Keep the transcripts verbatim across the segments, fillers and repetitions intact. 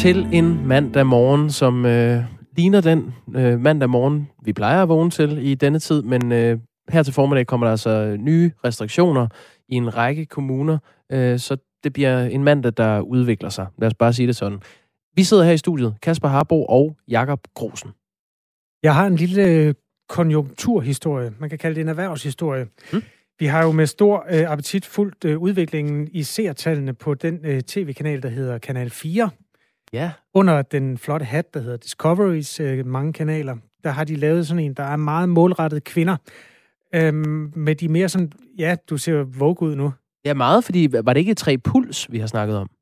til en mandag morgen, som øh, ligner den øh, mandag morgen, vi plejer at vågne til i denne tid, men øh, her til formiddag kommer der altså nye restriktioner i en række kommuner, øh, så det bliver en mandag, der udvikler sig. Lad os bare sige det sådan. Vi sidder her i studiet, Kasper Harbo og Jakob Grosen. Jeg har en lille konjunkturhistorie. Man kan kalde det en erhvervshistorie. Hmm? Vi har jo med stor øh, appetit fulgt øh, udviklingen i seertallene på den øh, tv-kanal, der hedder Kanal fire. Ja. Under den flotte hat, der hedder Discoverys øh, mange kanaler, der har de lavet sådan en, der er meget målrettet kvinder. Øhm, med de mere sådan, ja, du ser jo Vogue ud nu. Ja, meget, fordi var det ikke tre puls, vi har snakket om?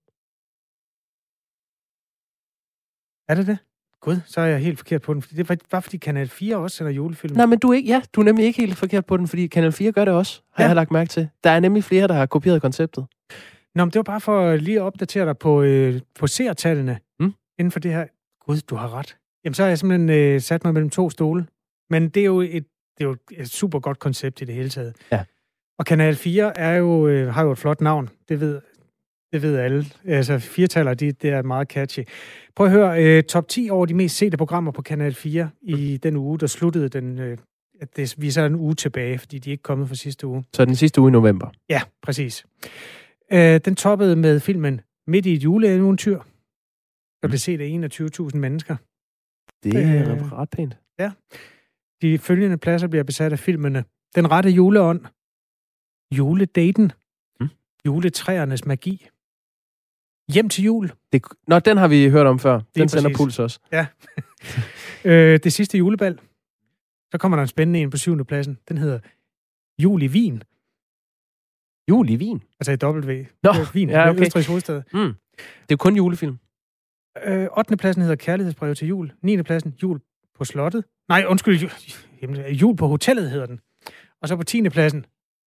Er det det? Gud, så er jeg helt forkert på den. Det var bare fordi Kanal fire også sender julefilm. Nej, men du er, ikke, ja, du er nemlig ikke helt forkert på den, fordi Kanal fire gør det også, har ja. jeg lagt mærke til. Der er nemlig flere, der har kopieret konceptet. Nå, men det var bare for lige at opdatere dig på, øh, på seertallene mm. inden for det her. Gud, du har ret. Jamen, så har jeg simpelthen øh, sat mig mellem to stole. Men det er jo et, det er jo et super godt koncept i det hele taget. Ja. Og Kanal fire er jo, øh, har jo et flot navn. Det ved Det ved alle. Altså, firetaller, det, det er meget catchy. Prøv at høre, øh, top ti over de mest sete programmer på Kanal fire i den uge, der sluttede den, øh, at det viser en uge tilbage, fordi de er ikke kommet fra sidste uge. Så den sidste uge i november? Ja, præcis. Øh, den toppede med filmen Midt i et juleeventyr, der blev set af enogtyve tusind mennesker. Det er øh, ret pænt. Ja. De følgende pladser bliver besat af filmene Den rette juleånd, Juledaten, mm. Juletræernes magi, Hjem til jul. Det, nå, den har vi hørt om før. Den præcis. Sender Puls også. Ja. øh, det sidste julebal. Så kommer der en spændende en på syvende pladsen. Den hedder Jul i Wien. Jul i Wien? Altså i W. Nå, Wien, ja, okay. Østrigs hovedstad. Mm. Det er jo kun julefilm. Øh, ottende pladsen hedder Kærlighedsbrev til jul. niende pladsen Jul på slottet. Nej, undskyld. Jul, jul på hotellet hedder den. Og så på tiende pladsen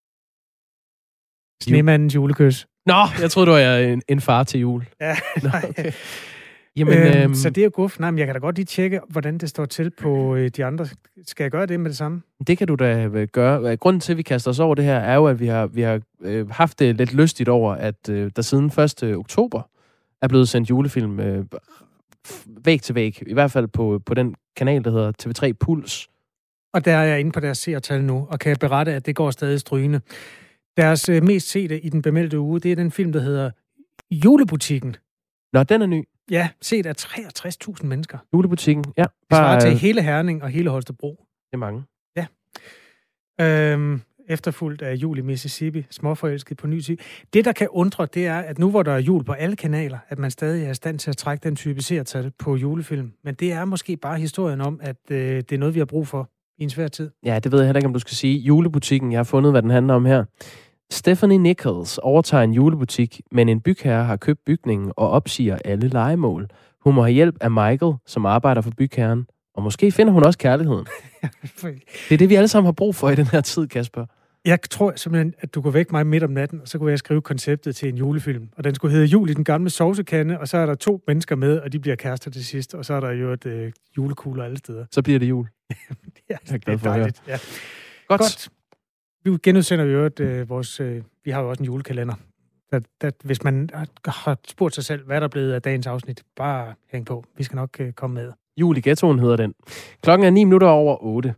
Snemandens julekys. Nå, jeg troede, du var en, en far til jul. Ja, Nå, nej. Okay. Jamen, øhm, øhm, så det er jo guf. Nej, men jeg kan da godt lige tjekke, hvordan det står til på øh, de andre. Skal jeg gøre det med det samme? Det kan du da gøre. Grunden til, at vi kaster os over det her, er jo, at vi har, vi har øh, haft det lidt lystigt over, at øh, der siden første oktober er blevet sendt julefilm øh, væg til væg. I hvert fald på, på den kanal, der hedder T V tre Puls. Og der er jeg inde på deres seertal nu, og kan berette, at det går stadig strygende. Deres øh, mest sete i den bemeldte uge, det er den film, der hedder Julebutikken. Nå, den er ny. Ja, set af treogtres tusind mennesker. Julebutikken, ja. Det svarer til hele Herning og hele Holstebro. Det er mange. Ja. Øhm, efterfulgt af Jul i Mississippi, Småforelsket på ny tid. Det, der kan undre, det er, at nu hvor der er jul på alle kanaler, at man stadig er i stand til at trække den type seertal på julefilm. Men det er måske bare historien om, at øh, det er noget, vi har brug for i en svær tid. Ja, det ved jeg heller ikke, om du skal sige. Julebutikken, jeg har fundet, hvad den handler om her. Stephanie Nichols overtager en julebutik, men en bygherre har købt bygningen og opsiger alle lejemål. Hun må have hjælp af Michael, som arbejder for bygherren. Og måske finder hun også kærligheden. Det er det, vi alle sammen har brug for i den her tid, Kasper. Jeg tror simpelthen, at du kunne vække mig midt om natten, og så kunne jeg skrive konceptet til en julefilm. Og den skulle hedde Jul i den gamle sovsekande, og så er der to mennesker med, og de bliver kærester til sidst. Og så er der jo et øh, julekugler alle steder. Så bliver det jul. Ja, det er dejligt. Ja. Godt. Godt. Vi genudsender jo et, øh, vores... Øh, vi har jo også en julekalender. Der, der, hvis man har spurgt sig selv, hvad der er blevet af dagens afsnit, bare hæng på. Vi skal nok øh, komme med. Jul i ghettoen hedder den. Klokken er ni minutter over otte.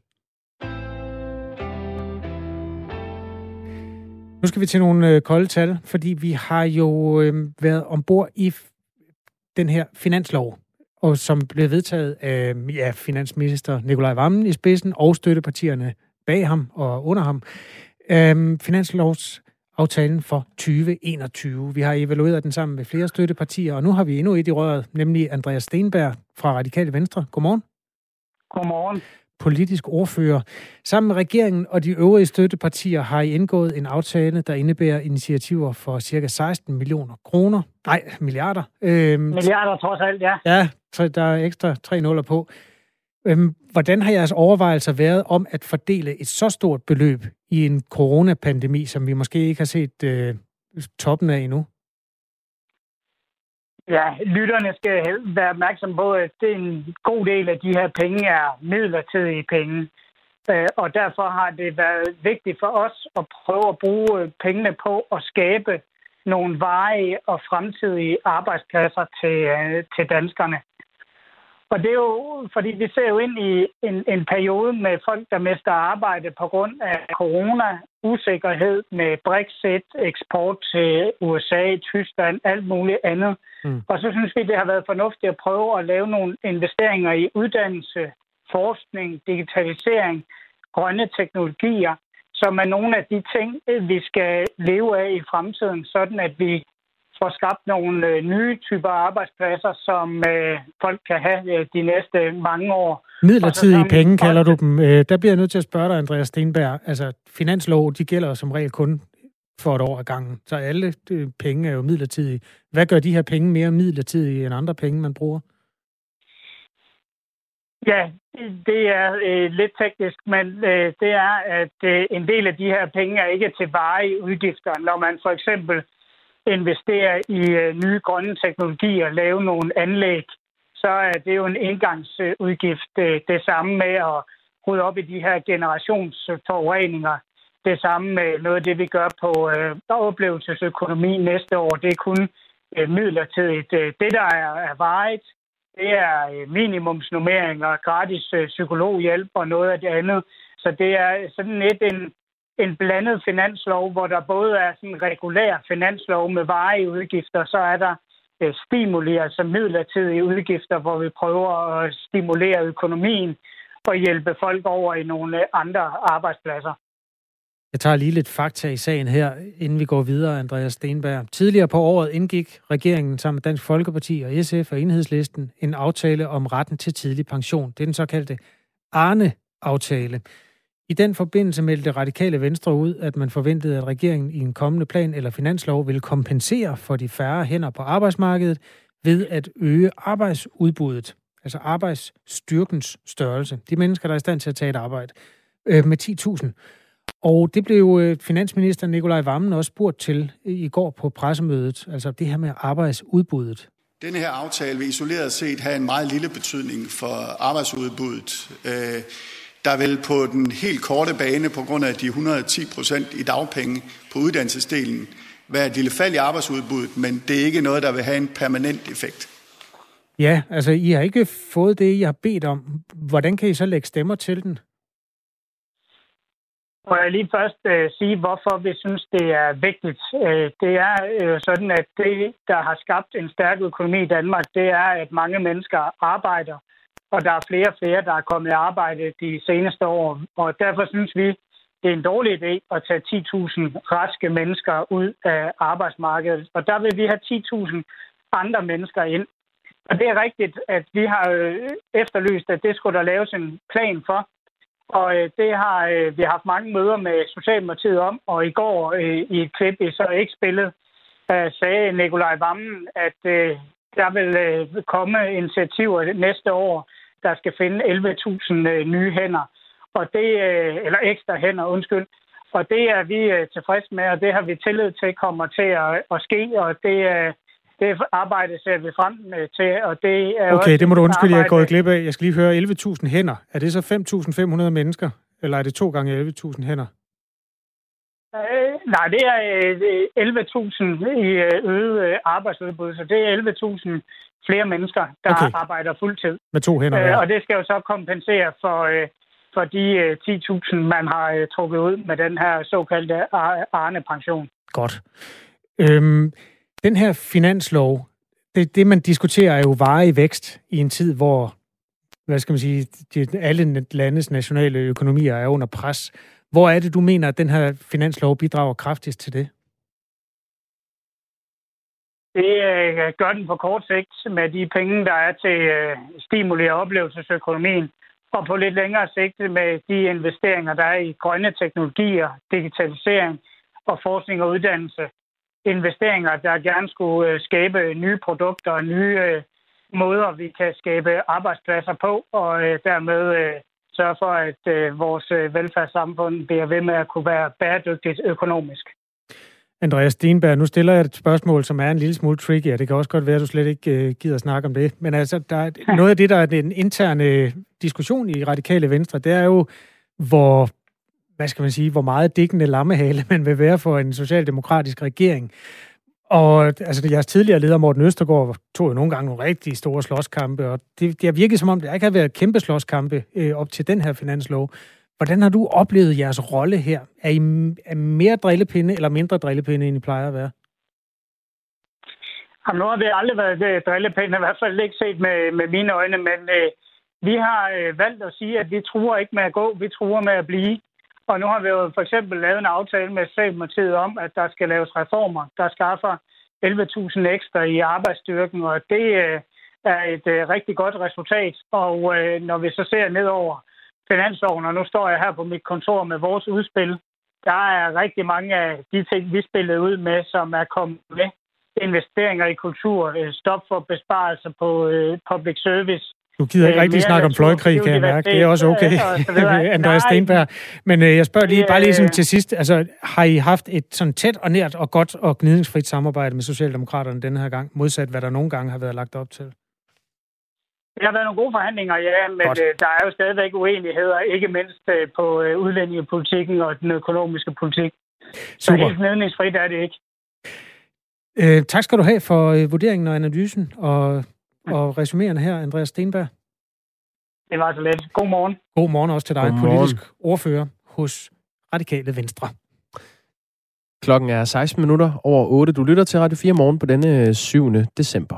Nu skal vi til nogle øh, kolde tal, fordi vi har jo øh, været ombord i f- den her finanslov, og som blev vedtaget af ja, finansminister Nikolaj Wammen i spidsen og støttepartierne bag ham og under ham. Øh, finanslovsaftalen for tyve enogtyve. Vi har evalueret den sammen med flere støttepartier, og nu har vi endnu et i røret, nemlig Andreas Steenberg fra Radikale Venstre. Godmorgen. Godmorgen. Politisk ordfører. Sammen med regeringen og de øvrige støttepartier har I indgået en aftale, der indebærer initiativer for ca. seksten millioner kroner. Nej, milliarder. Øhm, milliarder trods alt, ja. Ja, der er ekstra tre nuller på. Øhm, hvordan har jeres overvejelser været om at fordele et så stort beløb i en coronapandemi, som vi måske ikke har set øh, toppen af endnu? Ja, lytterne skal være opmærksom på, at det er en god del af de her penge er midlertidige penge. Og derfor har det været vigtigt for os at prøve at bruge pengene på at skabe nogle varige og fremtidige arbejdspladser til, øh, til danskerne. Og det er jo, fordi vi ser jo ind i en, en periode med folk, der mister arbejde på grund af corona, usikkerhed med Brexit, eksport til U S A, Tyskland, alt muligt andet. Mm. Og så synes vi, det har været fornuftigt at prøve at lave nogle investeringer i uddannelse, forskning, digitalisering, grønne teknologier, som er nogle af de ting, vi skal leve af i fremtiden, sådan at vi får skabt nogle øh, nye typer arbejdspladser, som øh, folk kan have øh, de næste mange år. Midlertidige penge kalder du dem. Øh, der bliver jeg nødt til at spørge dig, Andreas Steenberg. Altså, finanslov, de gælder som regel kun for et år ad gangen. Så alle øh, penge er jo midlertidige. Hvad gør de her penge mere midlertidige end andre penge, man bruger? Ja, det er øh, lidt teknisk, men øh, det er, at øh, en del af de her penge er ikke til varige udgifter. Når man for eksempel investere i øh, nye grønne teknologier, lave nogle anlæg, så er det jo en engangsudgift. Øh, det samme med at rydde op i de her generationsforureninger. Det samme med noget af det, vi gør på øh, oplevelsesøkonomi næste år. Det er kun øh, midlertidigt. Det, der er, er varigt, det er øh, minimumsnormeringer, gratis øh, psykologhjælp og noget af det andet. Så det er sådan lidt en en blandet finanslov, hvor der både er sådan en regulær finanslov med varige udgifter, så er der øh, stimuli, altså midlertidige udgifter, hvor vi prøver at stimulere økonomien og hjælpe folk over i nogle andre arbejdspladser. Jeg tager lige lidt fakta i sagen her, inden vi går videre, Andreas Steenberg. Tidligere på året indgik regeringen sammen med Dansk Folkeparti og S F og Enhedslisten en aftale om retten til tidlig pension. Det er den såkaldte Arne-aftale. I den forbindelse meldte Radikale Venstre ud, at man forventede, at regeringen i en kommende plan eller finanslov ville kompensere for de færre hænder på arbejdsmarkedet ved at øge arbejdsudbuddet, altså arbejdsstyrkens størrelse. De mennesker, der er i stand til at tage et arbejde øh, med ti tusind. Og det blev øh, finansminister Nicolai Wammen også spurgt til i går på pressemødet, altså det her med arbejdsudbuddet. Denne her aftale vil isoleret set have en meget lille betydning for arbejdsudbuddet. Øh, Der vil på den helt korte bane, på grund af de et hundrede og ti procent i dagpenge på uddannelsesdelen, være et lille fald i arbejdsudbuddet, men det er ikke noget, der vil have en permanent effekt. Ja, altså I har ikke fået det, I har bedt om. Hvordan kan I så lægge stemmer til den? Og jeg lige først øh, sige, hvorfor vi synes, det er vigtigt. Øh, det er øh, sådan, at det, der har skabt en stærk økonomi i Danmark, det er, at mange mennesker arbejder. Og der er flere og flere, der er kommet i arbejde de seneste år. Og derfor synes vi, det er en dårlig idé at tage ti tusind raske mennesker ud af arbejdsmarkedet. Og der vil vi have ti tusind andre mennesker ind. Og det er rigtigt, at vi har efterlyst, at det skulle der laves en plan for. Og det har vi har haft mange møder med Socialdemokratiet om. Og i går i et klip i så ikke spillet, sagde Nicolai Wammen, at der vil komme initiativer næste år, der skal finde elleve tusind nye hænder, og det, eller ekstra hænder, undskyld. Og det er vi tilfredse med, og det har vi tillid til kommer til at, at ske, og det, det arbejde ser vi frem til. Og det er okay, også det må du undskylde, arbejde. jeg er gået glip af. Jeg skal lige høre elleve tusind hænder. Er det så fem tusind fem hundrede mennesker, eller er det to gange elleve tusind hænder? Øh, nej, det er øh, elleve tusind i øget arbejdsudbud, så det er elleve tusind flere mennesker, der okay. arbejder fuldtid. Med to hænder. Øh, og det skal jo så kompensere for, øh, for de øh, ti tusind, man har øh, trukket ud med den her såkaldte Arne-pension. Godt. Øhm, den her finanslov, det, det man diskuterer er jo varig vækst i en tid, hvor, hvad skal man sige, de, alle landes nationale økonomier er under pres. Hvor er det, du mener, at den her finanslov bidrager kraftigst til det? Det øh, gør den på kort sigt med de penge, der er til øh, stimuli og oplevelsesøkonomien, og på lidt længere sigt med de investeringer, der er i grønne teknologier, digitalisering og forskning og uddannelse. Investeringer, der gerne skulle øh, skabe nye produkter og nye øh, måder, vi kan skabe arbejdspladser på, og øh, dermed øh, sørge for, at øh, vores øh, velfærdssamfund bliver ved med at kunne være bæredygtigt økonomisk. Andreas Steenberg, nu stiller jeg et spørgsmål, som er en lille smule tricky, og det kan også godt være, at du slet ikke øh, gider snakke om det. Men altså, der er noget af det, der er den interne diskussion i Radikale Venstre, det er jo, hvor, hvad skal man sige, hvor meget dækkende lammehale man vil være for en socialdemokratisk regering. Og altså, jeres tidligere leder, Morten Østergaard, tog jo nogle gange nogle rigtig store slåskampe, og det, det har virket som om, der ikke har været kæmpe slåskampe øh, op til den her finanslov. Hvordan har du oplevet jeres rolle her? Er I er mere drillepinde eller mindre drillepinde, end I plejer at være? Jamen, nu har vi aldrig været drillepinde, i hvert fald ikke set med, med mine øjne, men øh, vi har øh, valgt at sige, at vi truer ikke med at gå, vi truer med at blive. Og nu har vi jo for eksempel lavet en aftale med Socialdemokratiet om, at der skal laves reformer, der skaffer elleve tusind ekstra i arbejdsstyrken, og det øh, er et øh, rigtig godt resultat. Og øh, når vi så ser ned over finansloven, og nu står jeg her på mit kontor med vores udspil, der er rigtig mange af de ting, vi spillede ud med, som er kommet med. Investeringer i kultur, stop for besparelser på øh, public service. Du gider ikke rigtig snakke om fløjkrig, kan jeg mærke. Det er også okay, Andreas Steenberg. Men øh, jeg spørger lige, bare lige som til sidst, altså har I haft et sådan tæt og nært og godt og gnidningsfrit samarbejde med Socialdemokraterne denne her gang, modsat hvad der nogle gange har været lagt op til? Det har været nogle gode forhandlinger, ja, men øh, der er jo stadigvæk uenigheder, ikke mindst øh, på øh, udlændingepolitikken og den økonomiske politik. Super. Så helt gnidningsfrit er det ikke. Øh, tak skal du have for øh, vurderingen og analysen og, og resumerende her, Andreas Steenberg. Det var så let. God morgen. God morgen også til dig, politisk ordfører hos Radikale Venstre. Klokken er seksten minutter over otte. Du lytter til Radio fire Morgen på denne syvende december.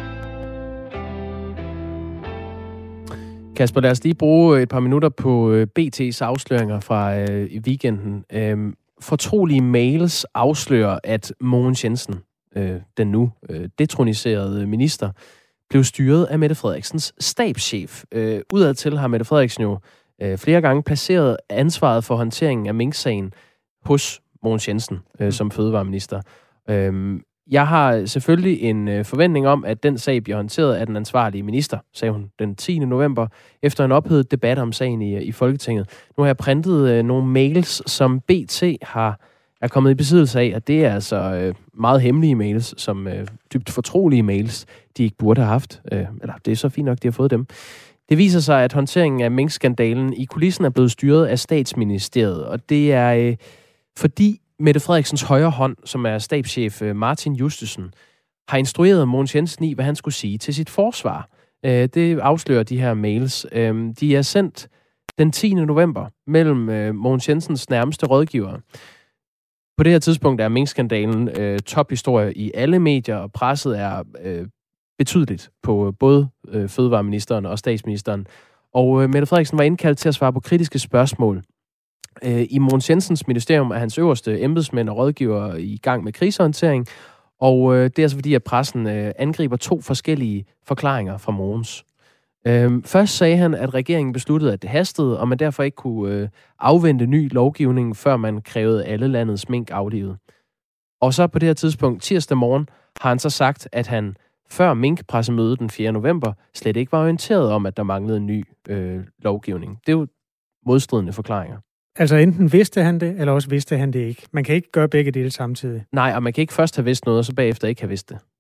Kasper, lad os lige bruge et par minutter på B T's afsløringer fra øh, i weekenden. Øhm, fortrolige mails afslører, at Mogens Jensen, øh, den nu øh, detroniserede minister, blev styret af Mette Frederiksens stabschef. Øh, udadtil har Mette Frederiksen jo øh, flere gange placeret ansvaret for håndteringen af Mink-sagen hos Mogens Jensen øh, som fødevareminister. Øh, Jeg har selvfølgelig en øh, forventning om, at den sag bliver håndteret af den ansvarlige minister, sagde hun den tiende november, efter en ophedet debat om sagen i, i Folketinget. Nu har jeg printet øh, nogle mails, som B T har er kommet i besiddelse af, og det er altså øh, meget hemmelige mails, som øh, dybt fortrolige mails, de ikke burde have haft. Øh, eller det er så fint nok, de har fået dem. Det viser sig, at håndteringen af minkskandalen i kulissen er blevet styret af Statsministeriet, og det er øh, fordi Mette Frederiksens højre hånd, som er stabschef Martin Justesen, har instrueret Mogens Jensen i, hvad han skulle sige til sit forsvar. Det afslører de her mails. De er sendt den tiende november mellem Mogens Jensens nærmeste rådgivere. På det her tidspunkt er minkskandalen tophistorie i alle medier, og presset er betydeligt på både fødevareministeren og statsministeren. Og Mette Frederiksen var indkaldt til at svare på kritiske spørgsmål. I Mogens Jensens ministerium er hans øverste embedsmænd og rådgivere i gang med krisehåndtering, og det er altså fordi, at pressen angriber to forskellige forklaringer fra Mogens. Først sagde han, at regeringen besluttede, at det hastede, og man derfor ikke kunne afvente ny lovgivning, før man krævede alle landets mink aflivet. Og så på det her tidspunkt, tirsdag morgen, har han så sagt, at han før minkpressemødet den fjerde november slet ikke var orienteret om, at der manglede en ny øh, lovgivning. Det er jo modstridende forklaringer. Altså enten vidste han det, eller også vidste han det ikke. Man kan ikke gøre begge dele samtidig. Nej, og man kan ikke først have vidst noget, og så bagefter ikke have vidst det.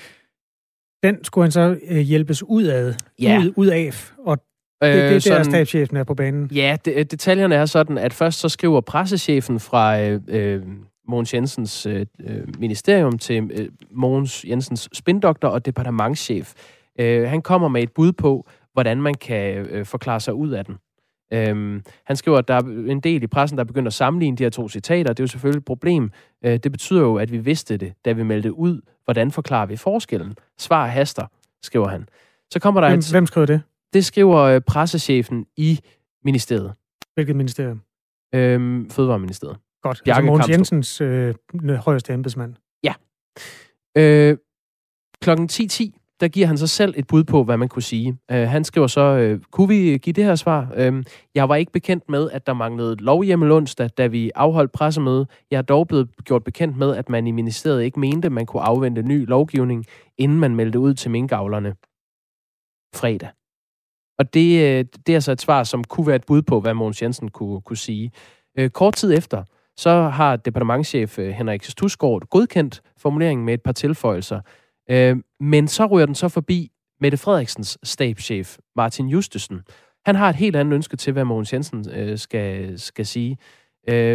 Den skulle han så øh, hjælpes ud af, ja. ud, ud af, og det, øh, det, det sådan, der stabschefen er på banen. Ja, det, detaljerne er sådan, at først så skriver pressechefen fra øh, øh, Mogens Jensens øh, ministerium til øh, Mogens Jensens spindoktor og departementschef. Øh, han kommer med et bud på, hvordan man kan øh, forklare sig ud af den. Øhm, han skriver, at der er en del i pressen, der begynder at sammenligne de her to citater. Det er jo selvfølgelig et problem. Øh, det betyder jo, at vi vidste det, da vi meldte ud. Hvordan forklarer vi forskellen? Svar haster, skriver han. Så kommer der hvem, et... Hvem skriver det? Det skriver øh, pressechefen i ministeriet. Hvilket ministerium? Øhm, Fødevareministeriet. Godt, Bjarke altså Mogens Jensens øh, højeste embedsmand. Ja. Øh, klokken ti ti der giver han sig selv et bud på, hvad man kunne sige. Uh, han skriver så, uh, kunne vi give det her svar? Uh, jeg var ikke bekendt med, at der manglede lovhjemmel onsdag, da vi afholdt pressemøde. Jeg er dog blevet gjort bekendt med, at man i ministeriet ikke mente, at man kunne afvente ny lovgivning, inden man meldte ud til minkavlerne fredag. Og det, uh, det er så et svar, som kunne være et bud på, hvad Mogens Jensen kunne, kunne sige. Uh, kort tid efter, så har departementschef uh, Henrik Studsgaard godkendt formuleringen med et par tilføjelser. Men så ryger den så forbi Mette Frederiksens stabschef, Martin Justesen. Han har et helt andet ønske til, hvad Mogens Jensen øh, skal, skal sige. Øh,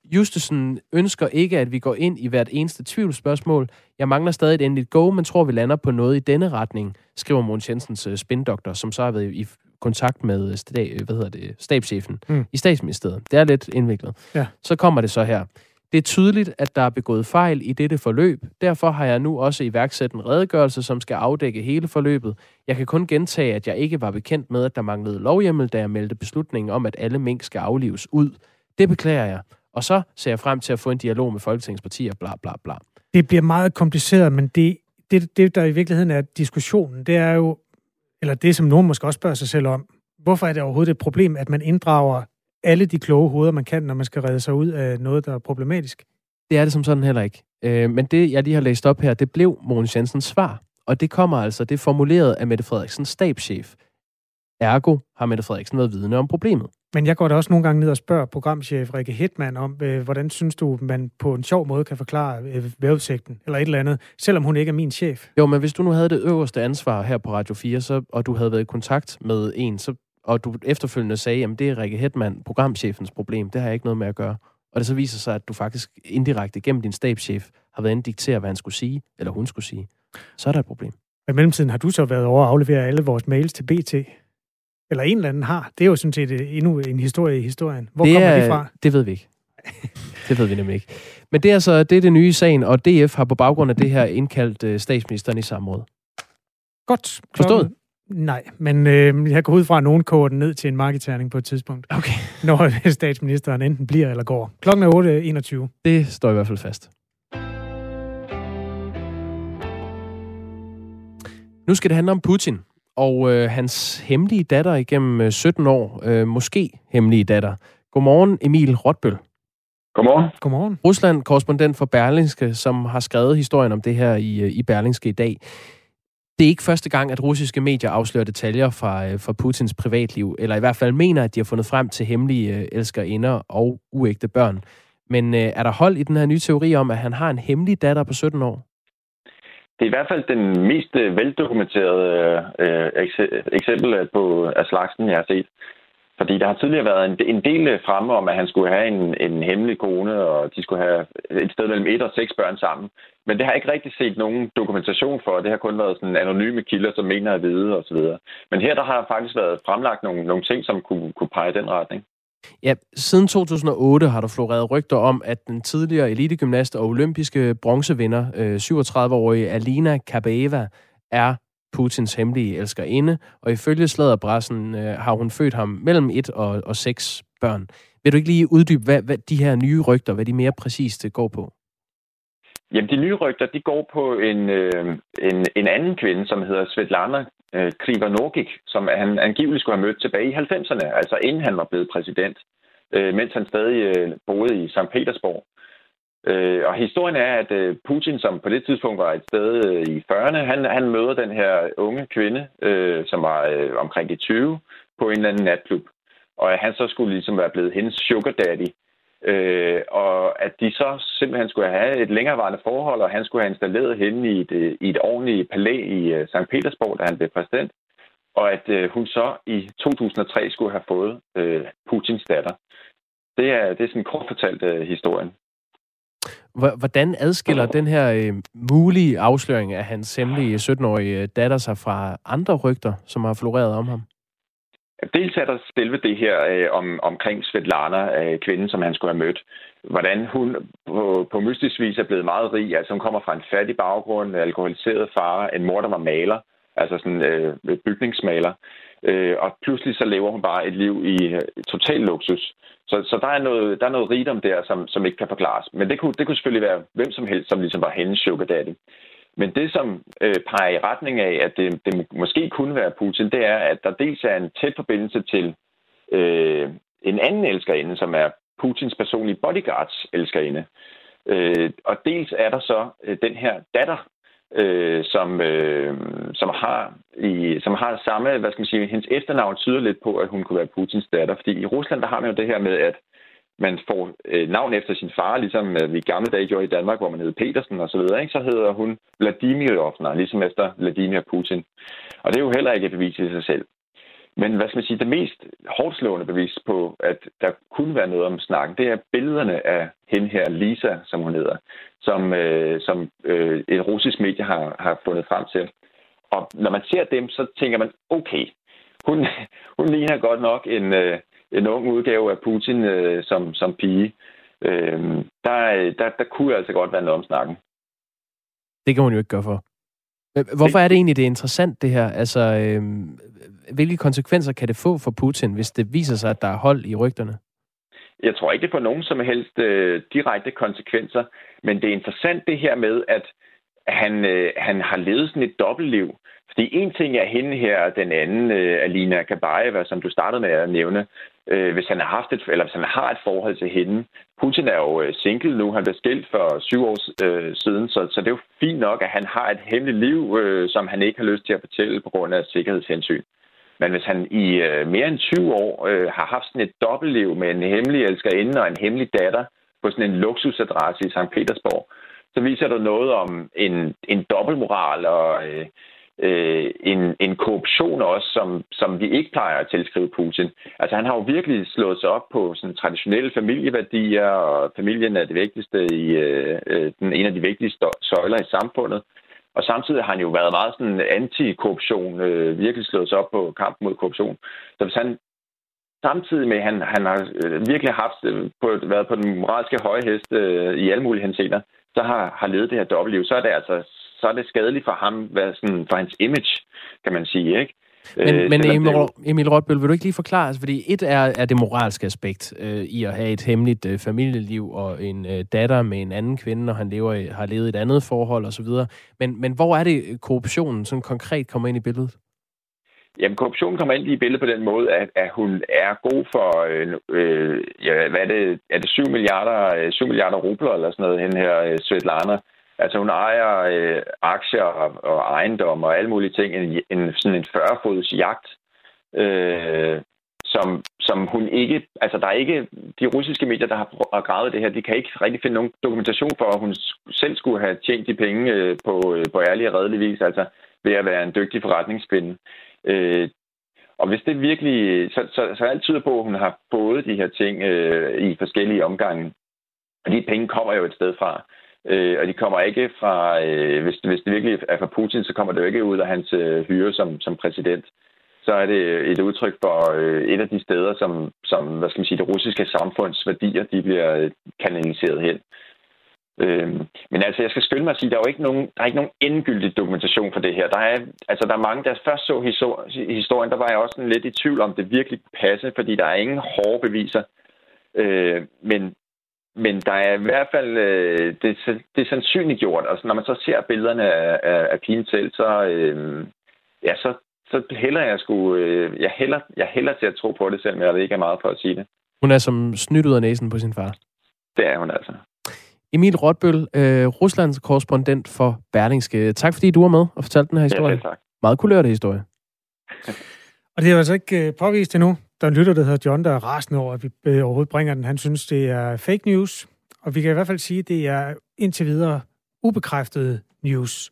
Justesen ønsker ikke, at vi går ind i hvert eneste tvivlsspørgsmål. Jeg mangler stadig et endeligt go, men tror, vi lander på noget i denne retning, skriver Mogens Jensens uh, spindoktor, som så har været i kontakt med sta- hvad hedder det, stabschefen mm. i statsministeriet. Det er lidt indviklet. Ja. Så kommer det så her. Det er tydeligt, at der er begået fejl i dette forløb. Derfor har jeg nu også iværksat en redegørelse, som skal afdække hele forløbet. Jeg kan kun gentage, at jeg ikke var bekendt med, at der manglede lovhjemmel, da jeg meldte beslutningen om, at alle mink skal aflives ud. Det beklager jeg. Og så ser jeg frem til at få en dialog med Folketingets partier, bla bla bla. Det bliver meget kompliceret, men det, det, det, der i virkeligheden er diskussionen, det er jo, eller det, som nogen måske også spørger sig selv om, hvorfor er det overhovedet et problem, at man inddrager alle de kloge hoveder, man kan, når man skal redde sig ud af noget, der er problematisk? Det er det som sådan heller ikke. Øh, men det, jeg lige har læst op her, det blev Mogens Jensens svar. Og det kommer altså, det er formuleret af Mette Frederiksens stabschef. Ergo har Mette Frederiksen været vidne om problemet. Men jeg går da også nogle gange ned og spørger programchef Rikke Hetman om, øh, hvordan synes du, man på en sjov måde kan forklare øh, vejrudsigten, eller et eller andet, selvom hun ikke er min chef? Jo, men hvis du nu havde det øverste ansvar her på Radio fire, så, og du havde været i kontakt med en, så, og du efterfølgende sagde, at det er Rikke Hetman, programchefens problem, det har jeg ikke noget med at gøre. Og det så viser sig, at du faktisk indirekte gennem din stabschef har været inde diktere, hvad han skulle sige, eller hun skulle sige. Så er der et problem. I mellemtiden har du så været over at aflevere alle vores mails til B T? Eller en eller anden har. Det er jo sådan set endnu en historie i historien. Hvor det kommer er, det fra? Det ved vi ikke. Det ved vi nemlig ikke. Men det er altså det, er det nye i sagen, og D F har på baggrund af det her indkaldt statsministeren i samråd. Godt. Forstået? Nej, men øh, jeg går ud fra, at nogen koger den ned til en markedterning på et tidspunkt. Okay. Når statsministeren enten bliver eller går. Klokken er otte enogtyve. Det står i hvert fald fast. Nu skal det handle om Putin og øh, hans hemmelige datter igennem øh, sytten år. Øh, måske hemmelige datter. Godmorgen, Emil Rotbøl. Godmorgen. Godmorgen. Rusland-korrespondent for Berlingske, som har skrevet historien om det her i, i Berlingske i dag. Det er ikke første gang, at russiske medier afslører detaljer fra, øh, fra Putins privatliv, eller i hvert fald mener, at de har fundet frem til hemmelige øh, elskerinder og uægte børn. Men øh, er der hold i den her nye teori om, at han har en hemmelig datter på sytten år? Det er i hvert fald den mest veldokumenterede øh, eksempel på af slagsen, jeg har set. Fordi der har tidligere været en, en del fremme om, at han skulle have en, en hemmelig kone, og de skulle have et sted mellem et og seks børn sammen. Men det har ikke rigtig set nogen dokumentation for. Det har kun været sådan anonyme kilder, som mener at vide osv. Men her der har faktisk været fremlagt nogle, nogle ting, som kunne, kunne pege i den retning. Ja, siden to tusind og otte har der floreret rygter om, at den tidligere elitegymnast og olympiske bronzevinder, øh, syvogtredive-årige Alina Kabaeva, er Putins hemmelige elskerinde, og ifølge sladderpressen øh, har hun født ham mellem et og, og seks børn. Vil du ikke lige uddybe, hvad, hvad de her nye rygter, hvad de mere præcist går på? Jamen, de nye rygter, de går på en, øh, en, en anden kvinde, som hedder Svetlana øh, Krivonorgik, som han angiveligt skulle have mødt tilbage i halvfemserne, altså inden han var blevet præsident, øh, mens han stadig øh, boede i Sankt Petersborg. Øh, og historien er, at øh, Putin, som på det tidspunkt var et sted øh, i fyrrerne, han, han møder den her unge kvinde, øh, som var øh, omkring de tyve, på en eller anden natklub. Og at han så skulle ligesom være blevet hendes sugar daddy. Øh, og at de så simpelthen skulle have et længerevarende forhold, og han skulle have installeret hende i et, i et ordentligt palæ i uh, Sankt Petersborg, da han blev præsident. Og at uh, hun så i to tusind og tre skulle have fået uh, Putins datter. Det er, det er sådan kort fortalt uh, historien. Hvordan adskiller den her øh, mulige afsløring af hans hemmelige sytten-årige datter sig fra andre rygter, som har floreret om ham? Dels er der selve det her øh, om, omkring Svetlana, øh, kvinden, som han skulle have mødt. Hvordan hun på, på mystisk vis er blevet meget rig. Altså hun kommer fra en fattig baggrund, alkoholiseret far, en mor, der var maler, altså sådan øh, bygningsmaler. Øh, og pludselig så lever hun bare et liv i øh, total luksus. Så, så der er noget, der er noget rigdom der, som, som ikke kan forklares. Men det kunne, det kunne selvfølgelig være hvem som helst, som ligesom var hendes sugar daddy. Men det, som øh, peger i retning af, at det, det måske kunne være Putin, det er, at der dels er en tæt forbindelse til øh, en anden elskerinde, som er Putins personlige bodyguards elskerinde. Øh, og dels er der så øh, den her datter, øh, som, øh, som, har i, som har samme, hvad skal man sige, hendes efternavn tyder lidt på, at hun kunne være Putins datter. Fordi i Rusland, der har man jo det her med, at man får øh, navn efter sin far, ligesom øh, vi i gamle dage gjorde i Danmark, hvor man hed Petersen og så videre, ikke? Så hedder hun Vladimirovna, ligesom efter Vladimir Putin. Og det er jo heller ikke et bevis i sig selv. Men hvad skal man sige, det mest hårdslående bevis på, at der kunne være noget om snakken, det er billederne af hende her, Lisa, som hun hedder, som, øh, som øh, et russisk medie har, har fundet frem til. Og når man ser dem, så tænker man, okay, hun, hun ligner godt nok en, øh, en ung udgave af Putin øh, som, som pige. Øh, der, der, der kunne altså godt være noget om snakken. Det kan hun jo ikke gøre for. Hvorfor er det egentlig, det er interessant, det her? Altså, øh, hvilke konsekvenser kan det få for Putin, hvis det viser sig, at der er hold i rygterne? Jeg tror ikke, det får nogen som helst øh, direkte konsekvenser, men det er interessant det her med, at han, øh, han har levet sådan et dobbeltliv. Fordi en ting er hende her, den anden, øh, Alina Kabaeva, som du startede med at nævne, øh, hvis han har haft et, eller hvis han har et forhold til hende. Putin er jo øh, single nu, han blev skilt for syv år øh, siden, så, så det er jo fint nok, at han har et hemmeligt liv, øh, som han ikke har lyst til at fortælle på grund af sikkerhedshensyn. Men hvis han i øh, mere end tyve år øh, har haft sådan et dobbeltliv med en hemmelig elskerinde og en hemmelig datter på sådan en luksusadresse i Sankt Petersborg, så viser det noget om en, en dobbeltmoral og øh, øh, en, en korruption også, som, som vi ikke plejer at tilskrive Putin. Altså han har jo virkelig slået sig op på sådan traditionelle familieværdier, og familien er det vigtigste i øh, den en af de vigtigste søjler i samfundet. Og samtidig har han jo været meget sådan anti-korruption, øh, virkelig slået sig op på kampen mod korruption. Så hvis han samtidig med, at han, han har øh, virkelig haft, øh, på, været på den moralske høje hest øh, i alle mulige henseender, så har, har levet det her dobbeltliv, så er det altså så er det skadeligt for ham, hvad, sådan, for hans image, kan man sige, ikke? Men, øh, men Emil, det... Emil Rotbøl, vil du ikke lige forklare, altså, fordi et er, er det moralske aspekt øh, i at have et hemmeligt øh, familieliv og en øh, datter med en anden kvinde, når han lever i, har levet et andet forhold osv. Men, men hvor er det korruptionen sådan konkret kommer ind i billedet? Jamen, korruptionen kommer ind i billedet på den måde, at, at hun er god for, øh, øh, ja, hvad er det, er det syv milliarder, syv milliarder rubler eller sådan noget, hende her, øh, Svetlana. Altså, hun ejer øh, aktier og, og ejendom og alle mulige ting, en, en, sådan en fyrre-fods jagt, øh, som, som hun ikke, altså der er ikke, de russiske medier, der har, har gravet det her, de kan ikke rigtig finde nogen dokumentation for, at hun selv skulle have tjent de penge øh, på, øh, på ærlig og redelig vis, altså ved at være en dygtig forretningskvinde. Øh, og hvis det virkelig, så, så, så alt tyder på, at hun har fået de her ting øh, i forskellige omgange, og de penge kommer jo et sted fra. Øh, og de kommer ikke fra, øh, hvis, hvis det virkelig er fra Putin, så kommer det jo ikke ud af hans øh, hyre som, som præsident. Så er det et udtryk for øh, et af de steder, som, som hvad skal man sige, det russiske samfunds værdier, de bliver kanaliseret hen. Øh, men altså, jeg skal skynde mig at sige, der er jo ikke nogen, der er ikke nogen endegyldig dokumentation for det her. Der er, altså, der er mange, der først så historien, der var jeg også sådan lidt i tvivl om, det virkelig passer, fordi der er ingen hårde beviser. Øh, men Men der er i hvert fald, øh, det, det er sandsynliggjort, og når man så ser billederne af, af, af pigen selv, så, øh, ja, så, så hælder jeg sgu, øh, jeg, hælder, jeg hælder til at tro på det selv, men jeg ikke er meget for at sige det. Hun er som snydt ud af næsen på sin far. Det er hun altså. Emil Rotbøl, øh, Ruslands korrespondent for Berlingske. Tak fordi du var med og fortalte den her historie. Ja, tak. Meget kulørte historie. Og det er jo altså ikke øh, påvist endnu. Der er en lytter, der hedder John, der er rasende over, at vi øh, overhovedet bringer den. Han synes, det er fake news. Og vi kan i hvert fald sige, at det er indtil videre ubekræftet news.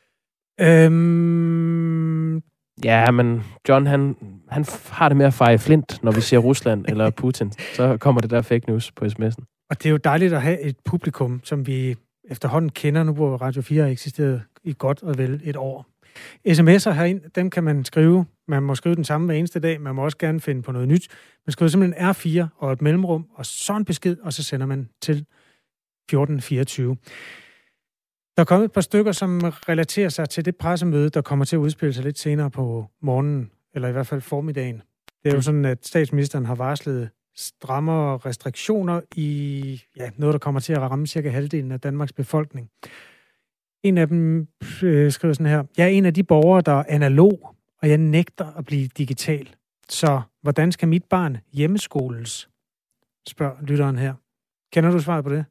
Øhm... Ja, men John, han, han har det med at feje flint, når vi siger Rusland eller Putin. Så kommer det der fake news på sms'en. Og det er jo dejligt at have et publikum, som vi efterhånden kender nu, hvor Radio fire har eksisteret i godt og vel et år. sms'er herind, dem kan man skrive. Man må skrive den samme hver eneste dag. Man må også gerne finde på noget nyt. Man skriver simpelthen R fire og et mellemrum, og så en besked, og så sender man til fjorten fireogtyve. Der er kommet et par stykker, som relaterer sig til det pressemøde, der kommer til at udspille sig lidt senere på morgenen, eller i hvert fald formiddagen. Det er jo sådan, at statsministeren har varslet strammere restriktioner i ja, noget, der kommer til at ramme cirka halvdelen af Danmarks befolkning. En af dem øh, skriver sådan her: Jeg er en af de borgere, der er analog, og jeg nægter at blive digital. Så hvordan skal mit barn hjemmeskoles? Spørger lytteren her. Kender du svaret på det?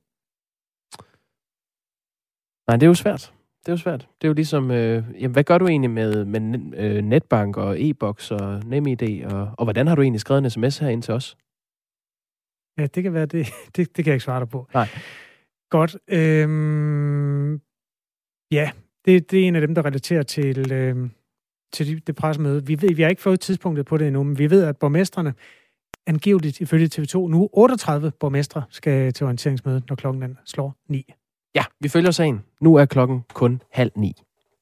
Nej, det er jo svært. Det er jo svært. Det er jo ligesom, øh, jamen, hvad gør du egentlig med, med øh, netbank og e-boks og NemID, og, og hvordan har du egentlig skrevet en sms her ind til os? Ja, det kan være det. Det, det kan jeg ikke svare dig på. Nej. Godt. Øhm, ja, det, det er en af dem, der relaterer til, øh, til det pressemøde. Vi, ved, vi har ikke fået tidspunktet på det endnu, men vi ved, at borgmestrene angiveligt ifølge T V to nu otteogtredive borgmestre skal til orienteringsmødet, når klokken den slår ni. Ja, vi følger sagen. Nu er klokken kun halv ni.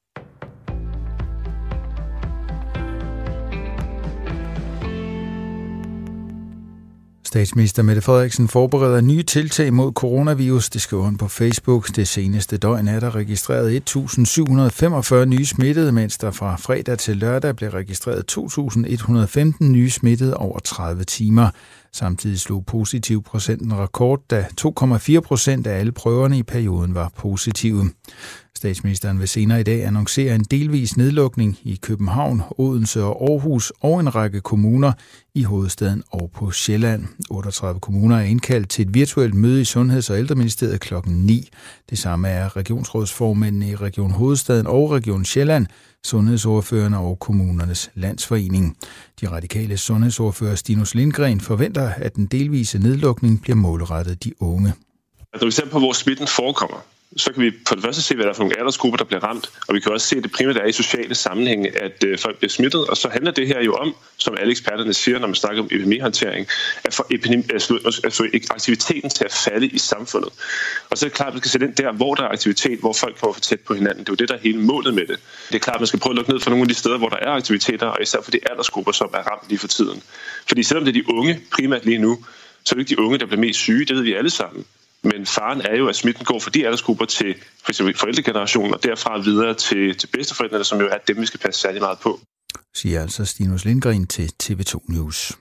Statsminister Mette Frederiksen forbereder nye tiltag mod coronavirus. Det skriver hun på Facebook. Det seneste døgn er der registreret et tusind syv hundrede og femogfyrre nye smittede, mens der fra fredag til lørdag blev registreret to tusind et hundrede og femten nye smittede over tredive timer. Samtidig slog positiv procenten rekord, da to komma fire procent af alle prøverne i perioden var positive. Statsministeren vil senere i dag annoncere en delvis nedlukning i København, Odense og Aarhus og en række kommuner i hovedstaden og på Sjælland. otteogtredive kommuner er indkaldt til et virtuelt møde i Sundheds- og Ældreministeriet klokken ni. Det samme er regionsrådsformændene i Region Hovedstaden og Region Sjælland, sundhedsordførerne og kommunernes landsforening. De radikale sundhedsordfører Stinus Lindgren forventer, at den delvise nedlukning bliver målrettet de unge. Når vi ser på, hvor smitten forekommer, så kan vi på det første se, hvad der er for nogle aldersgrupper, der bliver ramt, og vi kan også se, at det primært er i sociale sammenhænge, at øh, folk bliver smittet, og så handler det her jo om, som alle eksperterne siger, når man snakker om epidemihåndtering, at få, epidemi, at få aktiviteten til at falde i samfundet. Og så er det klart, at man skal sætte ind der, hvor der er aktivitet, hvor folk kommer for tæt på hinanden. Det er jo det, der er hele målet med det. Det er klart, at man skal prøve at lukke ned for nogle af de steder, hvor der er aktiviteter, og især for de aldersgrupper, som er ramt lige for tiden. Fordi selvom det er de unge primært lige nu, så er det ikke de unge, der bliver mest syge, det ved vi alle sammen. Men faren er jo, at smitten går fra de aldersgrupper til for eksempel forældregenerationen, og derfra videre til, til bedsteforældrene, som jo er dem, vi skal passe særlig meget på. Siger altså Stinus Lindgren til T V to News.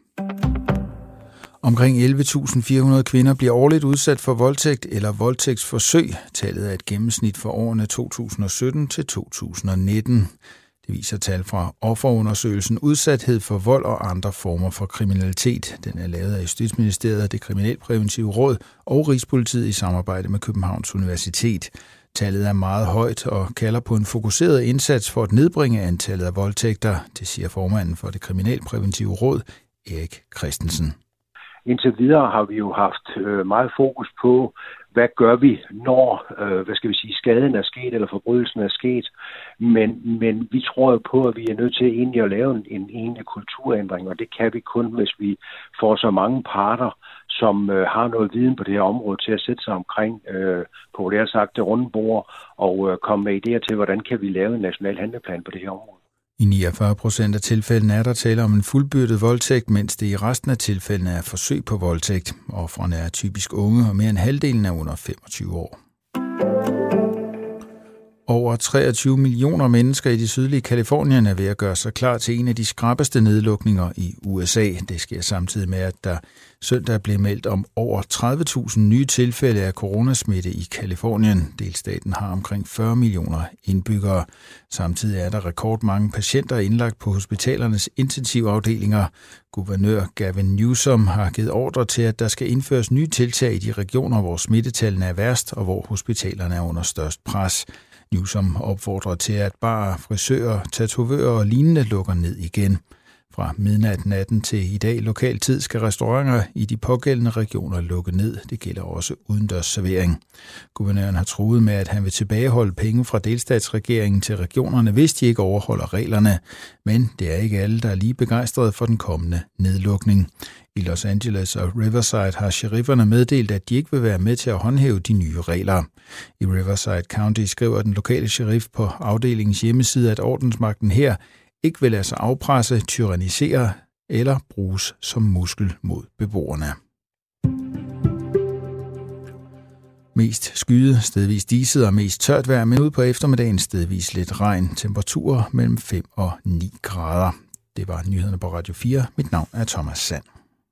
Omkring elleve tusind fire hundrede kvinder bliver årligt udsat for voldtægt eller voldtægtsforsøg. Tallet er et gennemsnit for årene to tusind og sytten til to tusind og nitten. Det viser tal fra offerundersøgelsen Udsathed for vold og andre former for kriminalitet. Den er lavet af Justitsministeriet, Det Kriminalpræventive Råd og Rigspolitiet i samarbejde med Københavns Universitet. Tallet er meget højt og kalder på en fokuseret indsats for at nedbringe antallet af voldtægter, det siger formanden for Det Kriminalpræventive Råd, Erik Christensen. Indtil videre har vi jo haft meget fokus på, hvad gør vi, når øh, hvad skal vi sige, skaden er sket, eller forbrydelsen er sket. Men, men vi tror jo på, at vi er nødt til egentlig at lave en, en egentlig kulturændring, og det kan vi kun, hvis vi får så mange parter, som øh, har noget viden på det her område, til at sætte sig omkring, øh, på det har sagt, det runde bord, og øh, komme med idéer til, hvordan kan vi lave en national handleplan på det her område. I niogfyrre procent af tilfældene er der tale om en fuldbyrdet voldtægt, mens det i resten af tilfældene er forsøg på voldtægt. Ofrene er typisk unge, og mere end halvdelen er under femogtyve år. Over treogtyve millioner mennesker i det sydlige Californien er ved at gøre sig klar til en af de skrappeste nedlukninger i U S A. Det sker samtidig med, at der søndag blev meldt om over tredive tusind nye tilfælde af coronasmitte i Californien. Delstaten har omkring fyrre millioner indbyggere. Samtidig er der rekordmange patienter indlagt på hospitalernes intensivafdelinger. Guvernør Gavin Newsom har givet ordre til, at der skal indføres nye tiltag i de regioner, hvor smittetallene er værst og hvor hospitalerne er under størst pres. Newsom opfordrer til, at barer, frisører, tatovører og lignende lukker ned igen. Fra midnat natten til i dag lokal tid skal restauranter i de pågældende regioner lukke ned. Det gælder også udendørs servering. Guvernøren har truet med, at han vil tilbageholde penge fra delstatsregeringen til regionerne, hvis de ikke overholder reglerne. Men det er ikke alle, der er lige begejstrede for den kommende nedlukning. I Los Angeles og Riverside har sherifferne meddelt, at de ikke vil være med til at håndhæve de nye regler. I Riverside County skriver den lokale sheriff på afdelingens hjemmeside, at ordensmagten her ikke vil lade sig afpresse, tyrannisere eller bruges som muskel mod beboerne. Mest skyde, stedvis diset og mest tørt vejr, men ud på eftermiddagen stedvis lidt regn. Temperaturer mellem fem og ni grader. Det var nyhederne på Radio fire. Mit navn er Thomas Sand.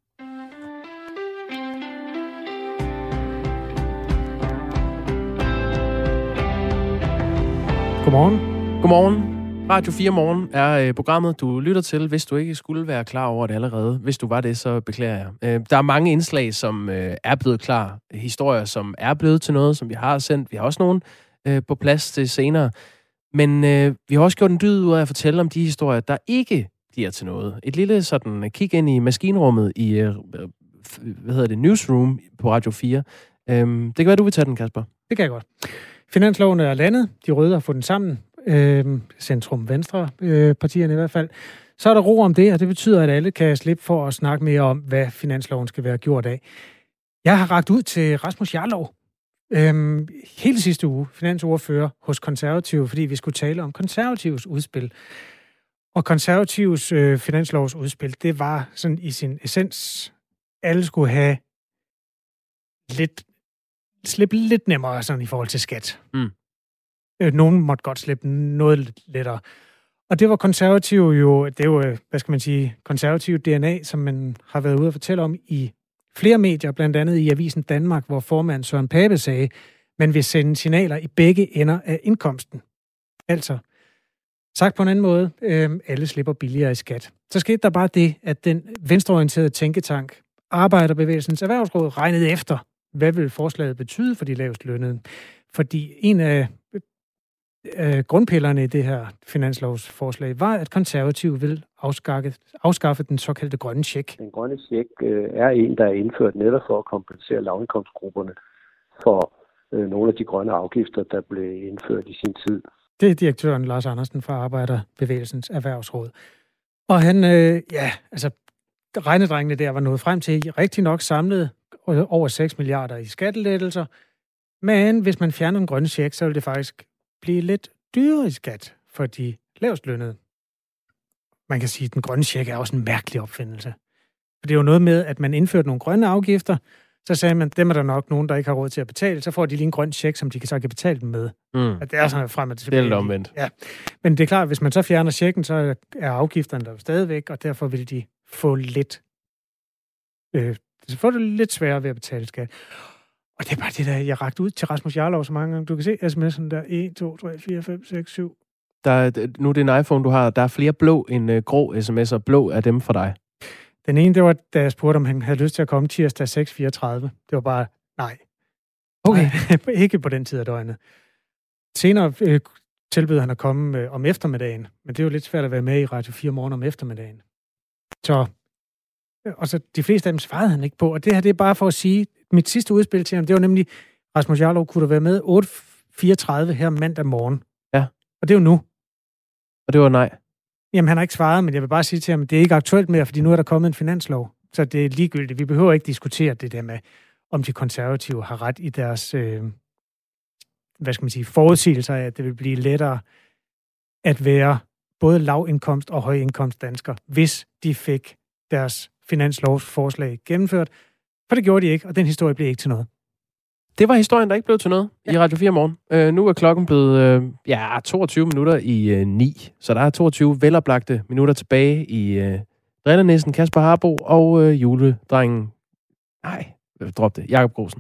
Godmorgen. Godmorgen. Radio fire Morgen er programmet, du lytter til, hvis du ikke skulle være klar over det allerede. Hvis du var det, så beklager jeg. Der er mange indslag, som er blevet klar. Historier, som er blevet til noget, som vi har sendt. Vi har også nogle på plads til senere. Men vi har også gjort en dyd ud af at fortælle om de historier, der ikke bliver til noget. Et lille sådan kig ind i maskinrummet i, hvad hedder det, Newsroom på Radio fire. Det kan være, du vil tage den, Kasper. Det kan jeg godt. Finansloven er landet. De røde har fået den sammen. øh, centrum-venstre øh, partierne i hvert fald, så er der ro om det, og det betyder, at alle kan slippe for at snakke mere om, hvad finansloven skal være gjort af. Jeg har rakt ud til Rasmus Jarlov, øh, hele sidste uge, finansordfører hos Konservative, fordi vi skulle tale om Konservatives udspil. Og Konservatives øh, finanslovsudspil, det var sådan i sin essens, alle skulle have lidt, slippe lidt nemmere sådan i forhold til skat. Mm. Øh, nogen måtte godt slippe noget lidt lettere. Og det var konservative jo, det er jo, hvad skal man sige, konservativ D N A, som man har været ude at fortælle om i flere medier, blandt andet i Avisen Danmark, hvor formand Søren Pape sagde, man vil sende signaler i begge ender af indkomsten. Altså, sagt på en anden måde, øh, alle slipper billigere i skat. Så skete der bare det, at den venstreorienterede tænketank, Arbejderbevægelsens Erhvervsråd, regnede efter, hvad vil forslaget betyde for de lavest lønnede. Fordi en af øh, grundpillerne i det her finanslovsforslag var, at konservative vil afskaffe, afskaffe den såkaldte grønne check. Den grønne check øh, er en, der er indført netop for at kompensere lavindkomstgrupperne for øh, nogle af de grønne afgifter, der blev indført i sin tid. Det er direktøren Lars Andersen fra Arbejderbevægelsens Erhvervsråd. Og han, øh, ja, altså, regnedrengene der var nået frem til rigtig nok samlet over seks milliarder i skattelettelser. Men hvis man fjerner den grønne check, så vil det faktisk blive lidt dyrere i skat for de lavest lønnede. Man kan sige, at den grønne check er også en mærkelig opfindelse. For det er jo noget med, at man indførte nogle grønne afgifter, så sagde man, dem er der nok nogen, der ikke har råd til at betale, så får de lige en grøn check, som de så kan betale dem med. Mm. At det er sådan frem og tilbage. Det er lidt omvendt. Ja. Men det er klart, at hvis man så fjerner checken, så er afgifterne der jo stadigvæk, og derfor vil de få lidt, øh, så får det lidt sværere ved at betale skat. Og det er bare det, der jeg rakte ud til Rasmus Jarlov så mange gange. Du kan se sms'en der en, to, tre, fire, fem, seks, syv. Der er, nu er det en iPhone, du har. Der er flere blå end uh, grå sms'er. Blå er dem for dig. Den ene, det var, da jeg spurgte, om han havde lyst til at komme tirsdag seks fireogtredive. Det var bare, nej. Okay, ikke på den tid af døgnet. Senere øh, tilbød han at komme øh, om eftermiddagen, men det er jo lidt svært at være med i Radio fire morgen om eftermiddagen. Så, øh, og så de fleste af dem svarede han ikke på, og det her, det er bare for at sige, mit sidste udspil til ham, det var nemlig, Rasmus Jarlov, kunne du være med otte fireogtredive her mandag morgen? Ja. Og det er jo nu. Og det var nej. Jamen, han har ikke svaret, men jeg vil bare sige til ham, at det er ikke aktuelt mere, fordi nu er der kommet en finanslov. Så det er ligegyldigt. Vi behøver ikke diskutere det der med, om de konservative har ret i deres, øh, hvad skal man sige, forudsigelser af, at det vil blive lettere at være både lavindkomst og højindkomst dansker, hvis de fik deres finanslovsforslag gennemført. For det gjorde de ikke, og den historie blev ikke til noget. Det var historien, der ikke blev til noget ja. i Radio fire morgen. Øh, nu er klokken blevet øh, ja, toogtyve minutter i øh, ni, så der er toogtyve veloplagte minutter tilbage i øh, drillernæsen Kasper Harbo og øh, juledrengen, nej, drop det, Jakob Grosen.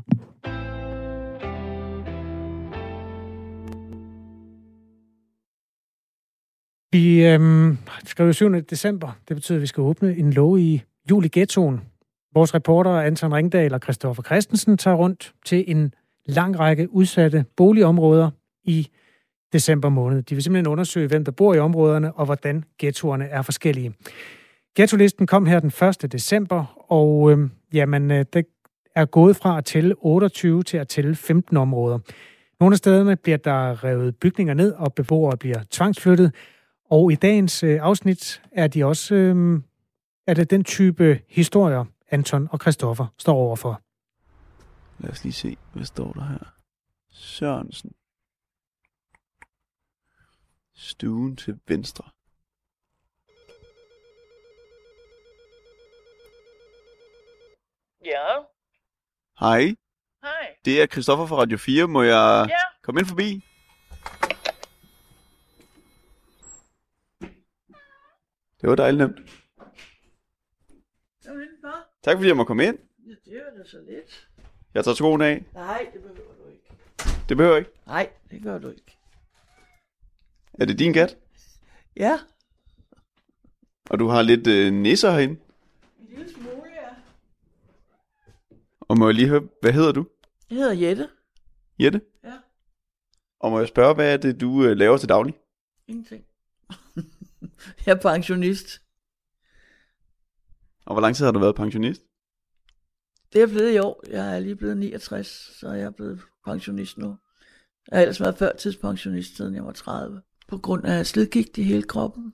Vi øh, skriver syvende december, det betyder, at vi skal åbne en låge i jul i ghettoen. Vores reporter Anton Ringdal og Christoffer Christensen tager rundt til en lang række udsatte boligområder i december måned. De vil simpelthen undersøge, hvem der bor i områderne, og hvordan ghettoerne er forskellige. Ghettolisten kom her den første december, og øh, jamen, det er gået fra at tælle otteogtyve til at tælle femten områder. Nogle af stederne bliver der revet bygninger ned, og beboere bliver tvangsflyttet. Og i dagens øh, afsnit er de også øh, er det den type historier, Anton og Christoffer står overfor. Lad os lige se, hvad står der her. Sørensen. Stuen til venstre. Ja. Hej. Hej. Det er Christoffer fra Radio fire. Må jeg ja. komme ind forbi? Det var dejligt nemt. Kom ind, far. Tak fordi jeg må komme ind. Ja, det er da så lidt. Jeg tager skoene af. Nej, det behøver du ikke. Det behøver jeg ikke? Nej, det gør du ikke. Er det din kat? Ja. Og du har lidt øh, nisser herinde? En lille smule, ja. Og må jeg lige høre, hvad hedder du? Jeg hedder Jette. Jette? Ja. Og må jeg spørge, hvad er det, du øh, laver til daglig? Ingenting. Jeg er pensionist. Og hvor lang tid har du været pensionist? Det er blevet i år. Jeg er lige blevet niogtres, så jeg er blevet pensionist nu. Jeg har ellers været førtidspensionist, siden jeg var tredive. på grund af slidgigt i hele kroppen.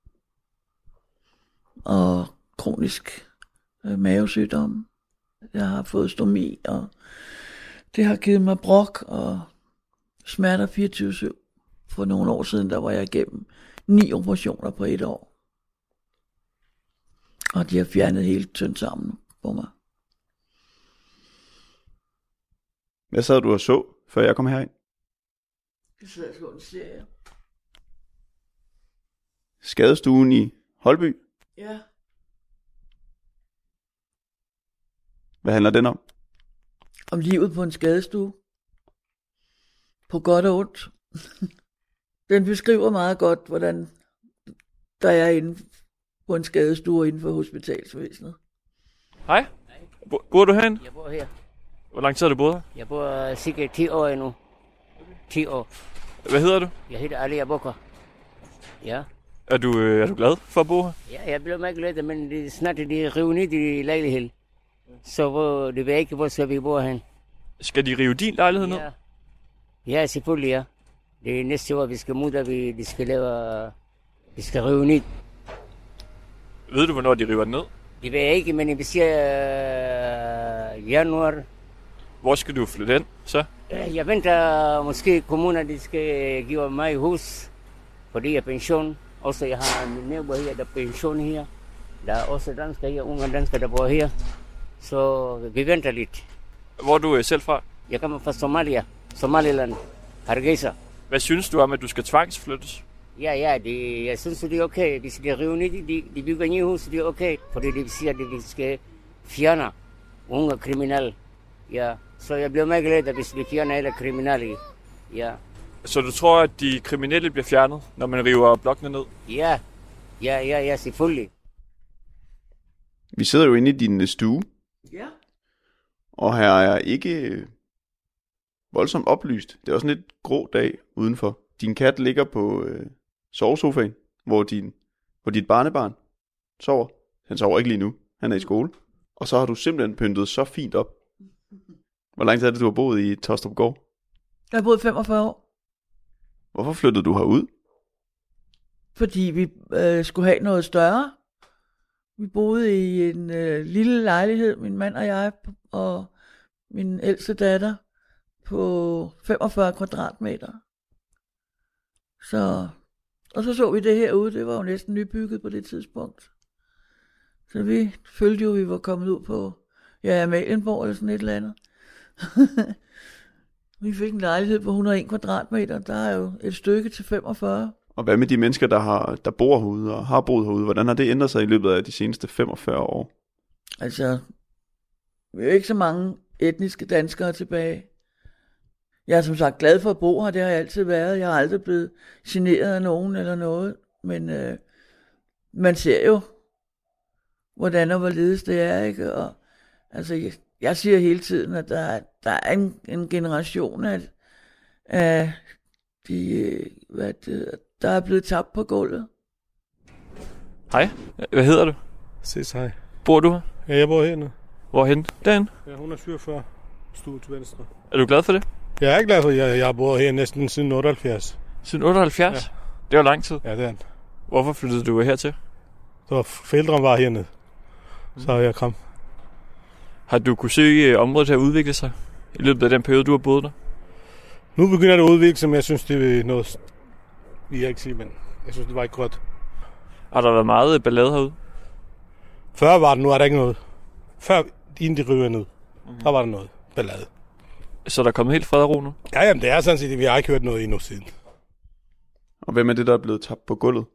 Og kronisk øh, mavesygdom. Jeg har fået stomi, og det har givet mig brok og smerter fireogtyve syv. For nogle år siden, der var jeg igennem ni operationer på et år. Og de har fjernet helt tyndt sammen på mig. Hvad sad du og så, før jeg kom herind? Jeg sidder og så en serie. Skadestuen i Holby. Ja. Hvad handler den om? Om livet på en skadestue. På godt og ondt. Den beskriver meget godt, hvordan der er inde på en skadestue inden for hospitalsvæsenet. Hej. Bo- bor du herinde? Jeg bor her. Hvor lang tid har du boet her? Jeg bor cirka ti år endnu. ti år. Hvad hedder du? Jeg hedder Ali Abubakar. Ja. Er du, øh, er du glad for at bo her? Ja, jeg bliver meget glad, men det, snart er de rive ned i lejligheden. Så hvor, det ved jeg ikke, hvor skal vi bo hen. Skal de rive din lejlighed ned? Ja, ja selvfølgelig ja. Det er næste år, vi skal mod, at vi de skal lave, vi skal rive ned. Ved du, hvornår de river den ned? Det ved jeg ikke, men vi siger uh, januar. Hvor skal du flytte hen, så? Jeg venter måske kommunen, de skal give mig hus, fordi jeg er pension. Også jeg har min nabo her, der er pension her. Der er også danskere her, unge danskere, der bor her. Så vi venter lidt. Hvor er du øh, selv fra? Jeg kommer fra Somalia, Somaliland, Hargeisa. Hvad synes du om, at du skal tvangsflyttes? Ja, ja, det, jeg synes, det er okay. Hvis de river ned, de, de bygger nye hus, det er okay. Fordi de siger, at de skal fjerne unge kriminelle. Ja, så jeg bliver meget glad, hvis vi fjerner alle kriminelle. Ja. Så du tror, at de kriminelle bliver fjernet, når man river blokkene ned? Ja, ja, ja, ja, selvfølgelig. Vi sidder jo inde i din stue. Ja. Og her er ikke voldsomt oplyst. Det er også en lidt grå dag udenfor. Din kat ligger på øh, sovesofaen, hvor, din, hvor dit barnebarn sover. Han sover ikke lige nu. Han er i skole. Og så har du simpelthen pyntet så fint op. Hvor lang tid er det, du har boet i Tåstrupgård? Jeg har boet femogfyrre år. Hvorfor flyttede du herud? Fordi vi øh, skulle have noget større. Vi boede i en øh, lille lejlighed, min mand og jeg, og min ældste datter, på femogfyrre kvadratmeter. Så, og så så vi det herude, det var jo næsten nybygget på det tidspunkt. Så vi følte jo, at vi var kommet ud på, ja, Amalienborg eller sådan et eller andet. Vi fik en lejlighed på et hundrede og en kvadratmeter, der er jo et stykke til femogfyrre. Og hvad med de mennesker, der, har, der bor herude og har boet herude? Hvordan har det ændret sig i løbet af de seneste femogfyrre år? Altså, vi er jo ikke så mange etniske danskere tilbage. Jeg er som sagt glad for at bo her, det har jeg altid været. Jeg har aldrig blevet generet af nogen eller noget. Men øh, man ser jo, hvordan og hvorledes det er, ikke? Og, altså, jeg, jeg siger hele tiden, at der, der er en, en generation af, af de, hvad det, der er blevet tabt på gulvet. Hej, hvad hedder du? Ses hej. Bor du her? Ja, jeg bor herinde. Hvorhen? Derinde? Ja, et hundrede og syvogfyrre. Stue til venstre. Er du glad for det? Jeg er glad for, at jeg, jeg har boet her næsten siden otteoghalvfjerds. Siden otteoghalvfjerds? Ja. Det var lang tid. Ja, det er det. Hvorfor flyttede du hertil? Så forældrene var hernede. Så har jeg kom. Har du kunne se området her udvikle sig i løbet af den periode, du har boet der? Nu begynder det at udvikle sig, men jeg synes, det er noget... Vi har ikke sige, men jeg synes, det var ikke godt. Har der været meget ballade herude? Før var det, nu er der ikke noget. Før, inden de ryger ned, mm-hmm. der var der noget ballade. Så der er kommet helt fred og ro nu? Ja, jamen det er sådan set, vi har ikke hørt noget endnu siden. Og hvem er det, der er blevet tabt på gulvet?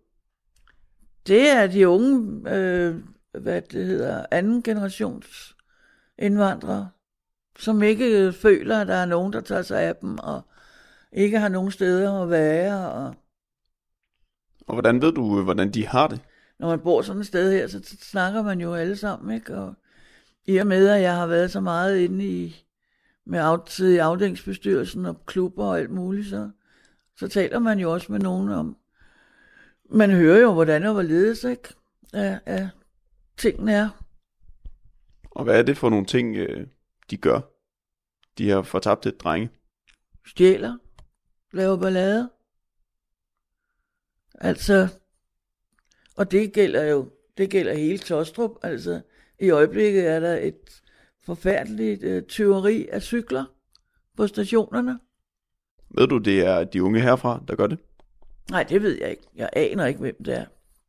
Det er de unge, øh, hvad det hedder, anden generations indvandrere, som ikke føler, at der er nogen, der tager sig af dem, og ikke har nogen steder at være. Og, og hvordan ved du, hvordan de har det? Når man bor sådan et sted her, så snakker man jo alle sammen, ikke? Og i og med, at jeg har været så meget inde i med af, i afdelingsbestyrelsen og klubber og alt muligt, så, så taler man jo også med nogen om. Man hører jo, hvordan og hvorledes, ikke? Af, af tingene er. Og hvad er det for nogle ting, de gør? De her fortabte drenge. Stjæler. Laver ballade. Altså, og det gælder jo, det gælder hele Taastrup. Altså, i øjeblikket er der et forfærdeligt øh, tyveri af cykler på stationerne. Ved du, det er de unge herfra, der gør det? Nej, det ved jeg ikke. Jeg aner ikke, hvem det er.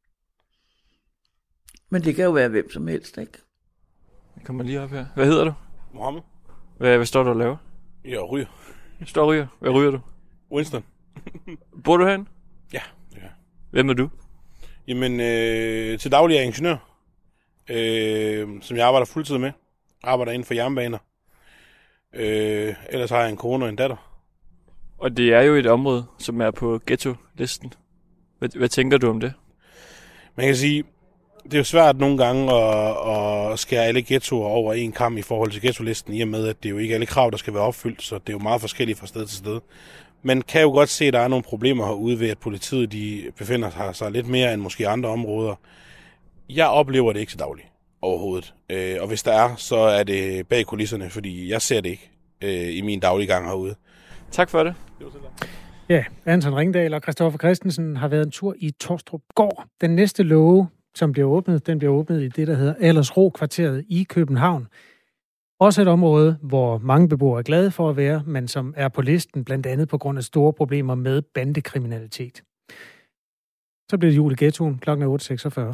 Men det kan jo være hvem som helst, ikke? Jeg kommer lige op her. Hvad hedder du? Mohammed. Hvad, hvad står du og laver? Jeg ryger. Du står og ryger. Hvad ryger du? Winston. Bor du herinde? Ja, ja. Hvem er du? Jamen, øh, til daglig er jeg ingeniør, øh, som jeg arbejder fuldtid med. Arbejder inden for jernbaner. Øh, ellers har jeg en kone og en datter. Og det er jo et område, som er på ghetto-listen. Hvad, hvad tænker du om det? Man kan sige, det er jo svært nogle gange at, at skære alle ghettoer over en kam i forhold til ghetto-listen, i og med, at det er jo ikke alle krav, der skal være opfyldt, så det er jo meget forskelligt fra sted til sted. Man kan jo godt se, at der er nogle problemer herude ved, at politiet de befinder sig lidt mere end måske andre områder. Jeg oplever det ikke til dagligt overhovedet. Og hvis der er, så er det bag kulisserne, fordi jeg ser det ikke i min daglige gang herude. Tak for det. Ja, Anton Ringdal og Christoffer Christensen har været en tur i Taastrup gård. Den næste låge, som bliver åbnet, den bliver åbnet i det, der hedder Aldersro-kvarteret i København. Også et område, hvor mange beboere er glade for at være, men som er på listen blandt andet på grund af store problemer med bandekriminalitet. Så bliver det jul i ghettoen. Klokken er otte seksogfyrre.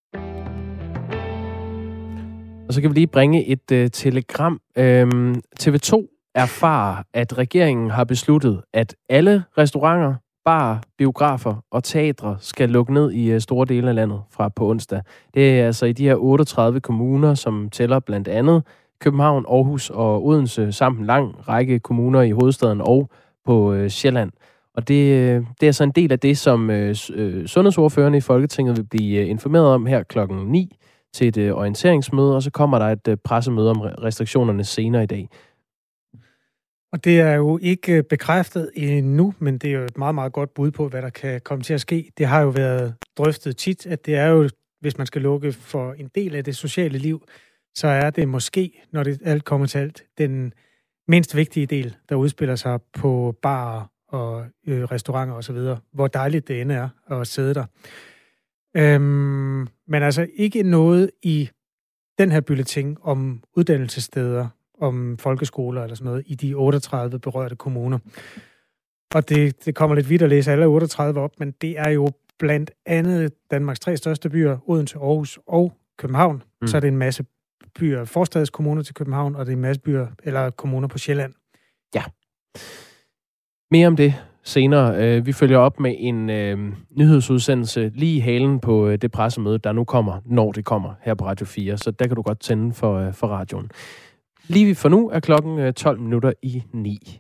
Og så kan vi lige bringe et uh, telegram. Øhm, T V to erfarer, at regeringen har besluttet, at alle restauranter, barer, biografer og teatre skal lukke ned i uh, store dele af landet fra på onsdag. Det er altså i de her otteogtredive kommuner, som tæller blandt andet København, Aarhus og Odense, samt en lang række kommuner i hovedstaden og på øh, Sjælland. Og det, det er så en del af det, som øh, sundhedsordførerne i Folketinget vil blive øh, informeret om her klokken ni til et øh, orienteringsmøde, og så kommer der et øh, pressemøde om restriktionerne senere i dag. Og det er jo ikke bekræftet endnu, men det er jo et meget, meget godt bud på, hvad der kan komme til at ske. Det har jo været drøftet tit, at det er jo, hvis man skal lukke for en del af det sociale liv, så er det måske, når det alt kommer til alt, den mindst vigtige del, der udspiller sig på barer og øh, restauranter osv., hvor dejligt det end er at sidde der. Øhm, men altså ikke noget i den her bulletin om uddannelsessteder, om folkeskoler eller sådan noget, i de otteogtredive berørte kommuner. Og det, det kommer lidt vidt at læse alle otteogtredive op, men det er jo blandt andet Danmarks tre største byer, Odense, Aarhus og København. Mm. Så er det en masse byer, forstadskommuner til København, og det er en masse byer, eller kommuner på Sjælland. Ja. Mere om det senere. Vi følger op med en øh, nyhedsudsendelse lige i halen på øh, det pressemøde, der nu kommer, når det kommer her på Radio fire. Så der kan du godt tænde for, øh, for radioen. Lige for nu er klokken øh, tolv minutter i ni.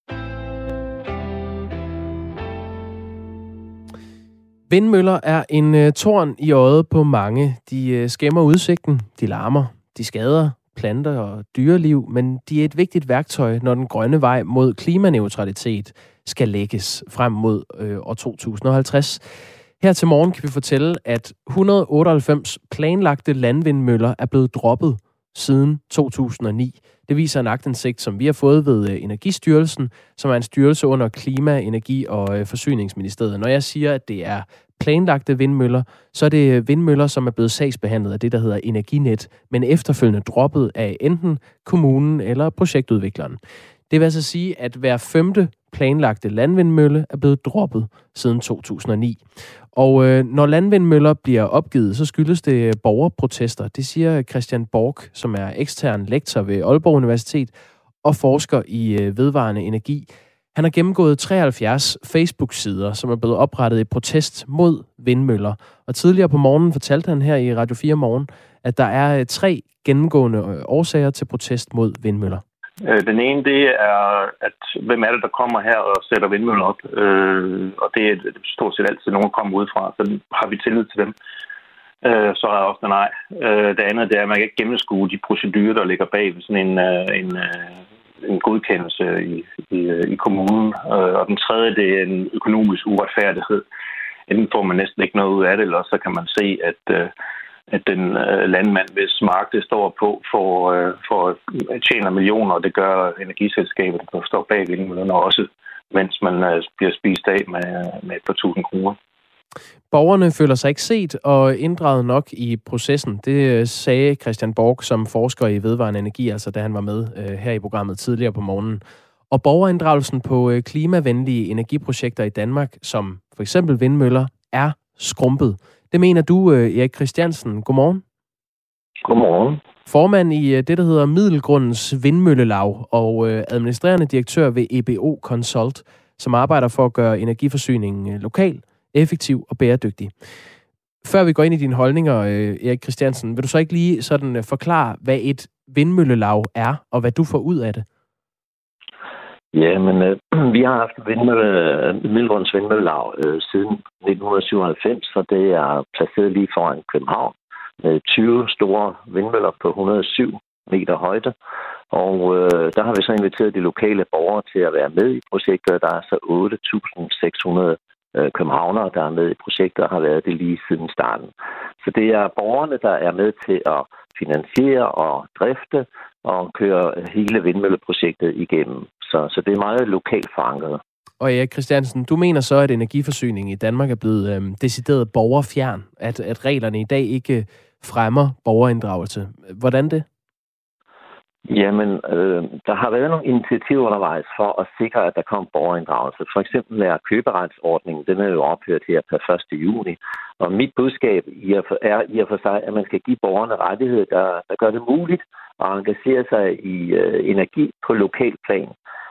Vindmøller er en øh, torn i øjet på mange. De øh, skæmmer udsigten, de larmer, de skader planter og dyreliv, men de er et vigtigt værktøj, når den grønne vej mod klimaneutralitet skal lægges frem mod øh, år to tusind og halvtreds. Her til morgen kan vi fortælle, at et hundrede og otteoghalvfems planlagte landvindmøller er blevet droppet siden to tusind og ni. Det viser en aktindsigt, som vi har fået ved Energistyrelsen, som er en styrelse under Klima-, Energi- og Forsyningsministeriet. Når jeg siger, at det er planlagte vindmøller, så er det vindmøller, som er blevet sagsbehandlet af det, der hedder Energinet, men efterfølgende droppet af enten kommunen eller projektudvikleren. Det vil altså sige, at hver femte planlagte landvindmølle er blevet droppet siden to tusind og ni. Og øh, når landvindmøller bliver opgivet, så skyldes det borgerprotester. Det siger Christian Borch, som er ekstern lektor ved Aalborg Universitet og forsker i øh, vedvarende energi. Han har gennemgået treoghalvfjerds Facebook-sider, som er blevet oprettet i protest mod vindmøller. Og tidligere på morgenen fortalte han her i Radio fire Morgen, at der er tre gennemgående årsager til protest mod vindmøller. Den ene, det er, at hvem er det, der kommer her og sætter vindmøller op? Øh, og det er stort set altid nogen, der kommer udefra, så har vi tillid til dem. Øh, så er jeg også nej. Øh, det andet, det er, at man kan ikke gennemskue de procedurer, der ligger bag ved sådan en, en, en godkendelse i, i, i kommunen. Øh, og den tredje, det er en økonomisk uretfærdighed. Enten får man næsten ikke noget ud af det, eller så kan man se, at øh, at den øh, landmand, hvis mark det står på, får, øh, får tjener millioner, og det gør energiselskabet, der står bag vindmøllerne også, mens man øh, bliver spist af med, med et par tusind kroner. Borgerne føler sig ikke set og inddraget nok i processen. Det sagde Christian Borg som forsker i vedvarende energi, altså da han var med øh, her i programmet tidligere på morgenen. Og borgerinddragelsen på øh, klimavenlige energiprojekter i Danmark, som for eksempel vindmøller, er skrumpet. Det mener du, øh, Erik Christiansen. Godmorgen. Godmorgen. Formand i øh, det, der hedder Middelgrundens Vindmøllelav og øh, administrerende direktør ved E B O Consult, som arbejder for at gøre energiforsyningen øh, lokal, effektiv og bæredygtig. Før vi går ind i dine holdninger, Erik Christiansen, vil du så ikke lige sådan forklare, hvad et vindmøllelav er, og hvad du får ud af det? Ja, men øh, vi har haft vindmølle, Middelgrunds Vindmøllelav øh, siden nitten syvoghalvfems, og det er placeret lige foran København med tyve store vindmøller på et hundrede og syv meter højde. Og øh, der har vi så inviteret de lokale borgere til at være med i projektet. Der er så otte tusind seks hundrede københavnere, der er med i projektet, og har været det lige siden starten. Så det er borgerne, der er med til at finansiere og drifte og køre hele vindmølleprojektet igennem. Så, så det er meget lokalt forankret. Og Erik Christiansen, du mener så, at energiforsyningen i Danmark er blevet øh, decideret borgerfjern, at, at reglerne i dag ikke fremmer borgerinddragelse. Hvordan det? Jamen, øh, der har været nogle initiativer undervejs for at sikre, at der kommer borgerinddragelse. For eksempel er køberetsordningen, den er jo ophørt her per første juni. Og mit budskab er i og for sig, at man skal give borgerne rettigheder, der, der gør det muligt at engagere sig i øh, energi på lokal plan.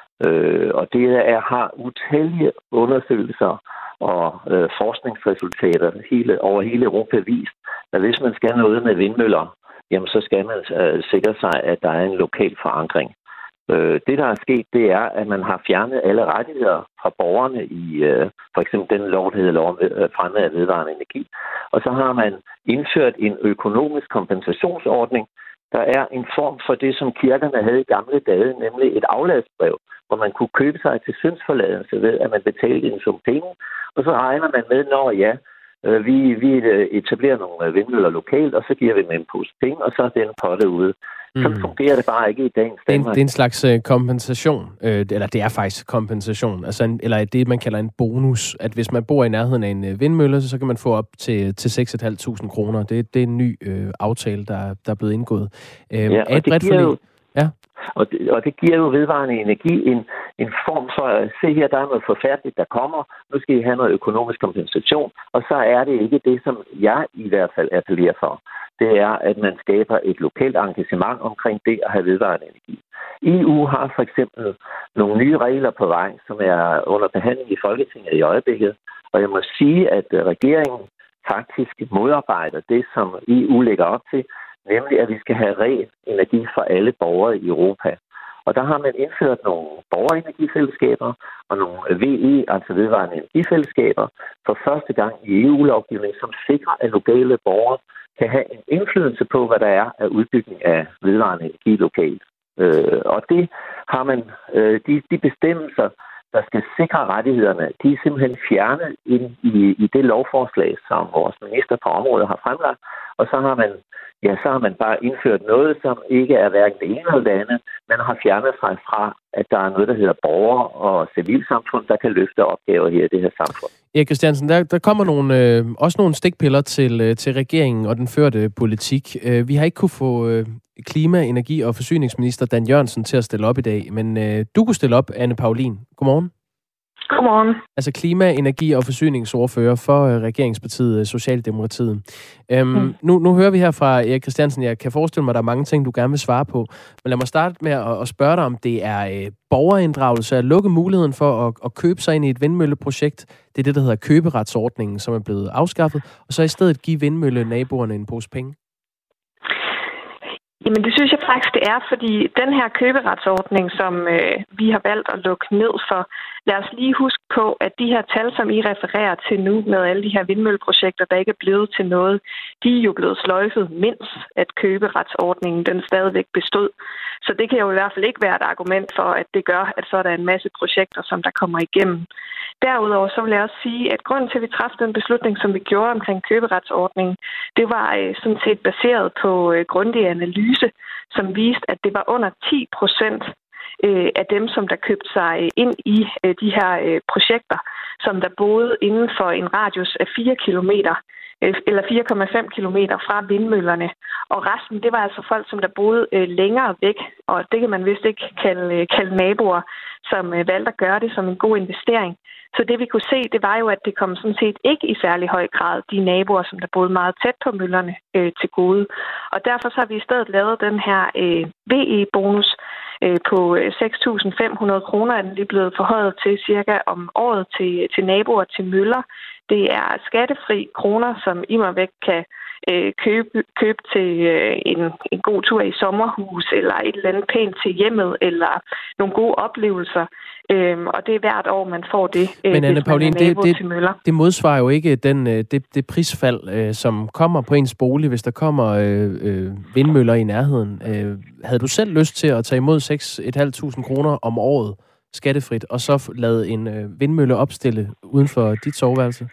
Øh, og det er, har utallige undersøgelser og øh, forskningsresultater hele, over hele Europa vist, at hvis man skal noget med vindmøller, jamen så skal man øh, sikre sig, at der er en lokal forankring. Øh, det, der er sket, det er, at man har fjernet alle rettigheder fra borgerne i øh, for eksempel den lov, der hedder lov om øh, fremme af vedvarende energi. Og så har man indført en økonomisk kompensationsordning. Der er en form for det, som kirkerne havde i gamle dage, nemlig et afladsbrev, hvor man kunne købe sig til syndsforladelse ved, at man betalte en sum penge. Og så regner man med, når ja, Vi, vi etablerer nogle vindmøller lokalt, og så giver vi dem en pose penge, og så er den potte ude. Mm. Så fungerer det bare ikke i dagens Danmark. Det er en slags uh, kompensation, øh, eller det er faktisk kompensation, altså en, eller det, man kalder en bonus, at hvis man bor i nærheden af en uh, vindmølle, så kan man få op til, til seks tusind fem hundrede kroner. Det, det er en ny øh, aftale, der, der er blevet indgået. Øh, ja, og, det giver jo, ja. og, det, og det giver jo vedvarende energi en, en form for at se her, der er noget forfærdeligt, der kommer. Nu skal I have noget økonomisk kompensation, og så er det ikke det, som jeg i hvert fald appellerer for. Det er, at man skaber et lokalt engagement omkring det at have vedvarende energi. E U har for eksempel nogle nye regler på vej, som er under behandling i Folketinget i øjeblikket. Og jeg må sige, at regeringen faktisk modarbejder det, som E U lægger op til, nemlig at vi skal have ren energi for alle borgere i Europa. Og der har man indført nogle borgerenergifællesskaber og nogle V E, altså vedvarende energifællesskaber, for første gang i E U-lovgivning, som sikrer, at lokale borgere kan have en indflydelse på, hvad der er af udbygning af vedvarende energi lokalt. Øh, og det har man, øh, de, de bestemmelser, der skal sikre rettighederne, de er simpelthen fjernet ind i, i det lovforslag, som vores minister på området har fremlagt. Og så har man, ja, så har man bare indført noget, som ikke er hverken det ene eller det andet. Man har fjernet sig fra, at der er noget, der hedder borgere og civilsamfund, der kan løfte opgaver her i det her samfund. Erik Christiansen, der, der kommer nogle, øh, også nogle stikpiller til, øh, til regeringen og den førte politik. Øh, vi har ikke kunne få øh, klima-, energi- og forsyningsminister Dan Jørgensen til at stille op i dag, men øh, du kunne stille op, Anne Paulin. Godmorgen. Godmorgen. Altså klima-, energi- og forsyningsordfører for øh, regeringspartiet Socialdemokratiet. Øhm, mm. nu, nu hører vi her fra Erik Christiansen, jeg kan forestille mig, at der er mange ting, du gerne vil svare på. Men lad mig starte med at, at spørge dig, om det er øh, borgerinddragelse at lukke muligheden for at, at købe sig ind i et vindmølleprojekt. Det er det, der hedder køberetsordningen, som er blevet afskaffet. Og så i stedet give vindmølle-naboerne en pose penge. Jamen det synes jeg faktisk, det er, fordi den her køberetsordning, som øh, vi har valgt at lukke ned for, lad os lige huske på, at de her tal, som I refererer til nu med alle de her vindmølleprojekter, der ikke er blevet til noget, de er jo blevet sløjfet, mens at køberetsordningen den stadigvæk bestod. Så det kan jo i hvert fald ikke være et argument for, at det gør, at så er der en masse projekter, som der kommer igennem. Derudover så vil jeg også sige, at grunden til, at vi træffede den beslutning, som vi gjorde omkring køberetsordningen, det var øh, sådan set baseret på øh, grundig analyse, som viste, at det var under ti procent øh, af dem, som der købte sig ind i øh, de her øh, projekter, som der boede inden for en radius af fire kilometer, øh, eller fire komma fem kilometer fra vindmøllerne. Og resten, det var altså folk, som der boede øh, længere væk, og det kan man vist ikke kalde, øh, kalde naboer, som øh, valgte at gøre det som en god investering. Så det vi kunne se, det var jo, at det kom sådan set ikke i særlig høj grad de naboer, som der boede meget tæt på møllerne, øh, til gode. Og derfor så har vi i stedet lavet den her øh, V E-bonus øh, på seks tusind fem hundrede kroner, er den lige blevet forhøjet til cirka om året til, til naboer til møller. Det er skattefri kroner, som I må væk kan øh, købe, købe til øh, en, en god tur i sommerhus, eller et eller andet pænt til hjemmet, eller nogle gode oplevelser. Øhm, og det er hvert år, man får det, øh, Men Anne Pauline, det, det, til møller. det modsvarer jo ikke den, det, det prisfald, øh, som kommer på ens bolig, hvis der kommer øh, øh, vindmøller i nærheden. Øh, havde du selv lyst til at tage imod seks tusind fem hundrede kroner om året skattefrit, og så lade en øh, vindmølle opstille uden for dit soveværelse?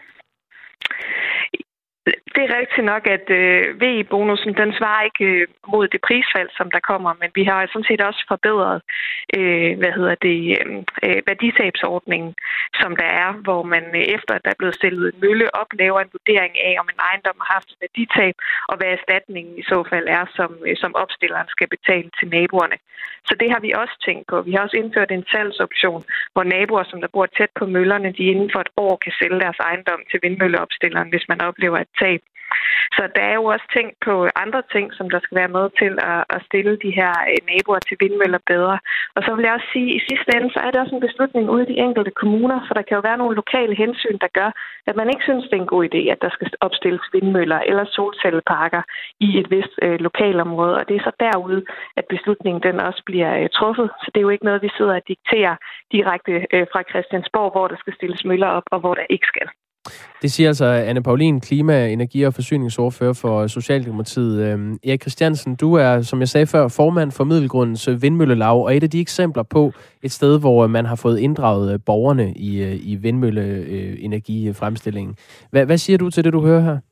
Det er rigtigt nok, at øh, V E-bonusen, den svarer ikke øh, mod det prisfald, som der kommer, men vi har sådan set også forbedret øh, hvad hedder det, øh, værditabsordningen, som der er, hvor man øh, efter, at der er blevet stillet en mølle op, laver en vurdering af, om en ejendom har haft værditab, og hvad erstatningen i så fald er, som, øh, som opstilleren skal betale til naboerne. Så det har vi også tænkt på. Vi har også indført en salgsoption, hvor naboer, som der bor tæt på møllerne, de inden for et år kan sælge deres ejendom til vindmølleopstilleren, hvis man oplever et tab. Så der er jo også tænkt på andre ting, som der skal være med til at, at stille de her naboer til vindmøller bedre. Og så vil jeg også sige, at i sidste ende, så er det også en beslutning ude i de enkelte kommuner, for der kan jo være nogle lokale hensyn, der gør, at man ikke synes, det er en god idé, at der skal opstilles vindmøller eller solcelleparker i et vist øh, lokalområde. Og det er så derude, at beslutningen den også bliver øh, truffet. Så det er jo ikke noget, vi sidder og dikterer direkte øh, fra Christiansborg, hvor der skal stilles møller op, og hvor der ikke skal. Det siger altså Anne Pauline, klima-, energi- og forsyningsordfører for Socialdemokratiet. Erik Christiansen, du er, som jeg sagde før, formand for Middelgrundens Vindmøllelaug, og et af de eksempler på et sted, hvor man har fået inddraget borgerne i, i vindmølleenergifremstillingen. Hvad, hvad siger du til det, du hører her?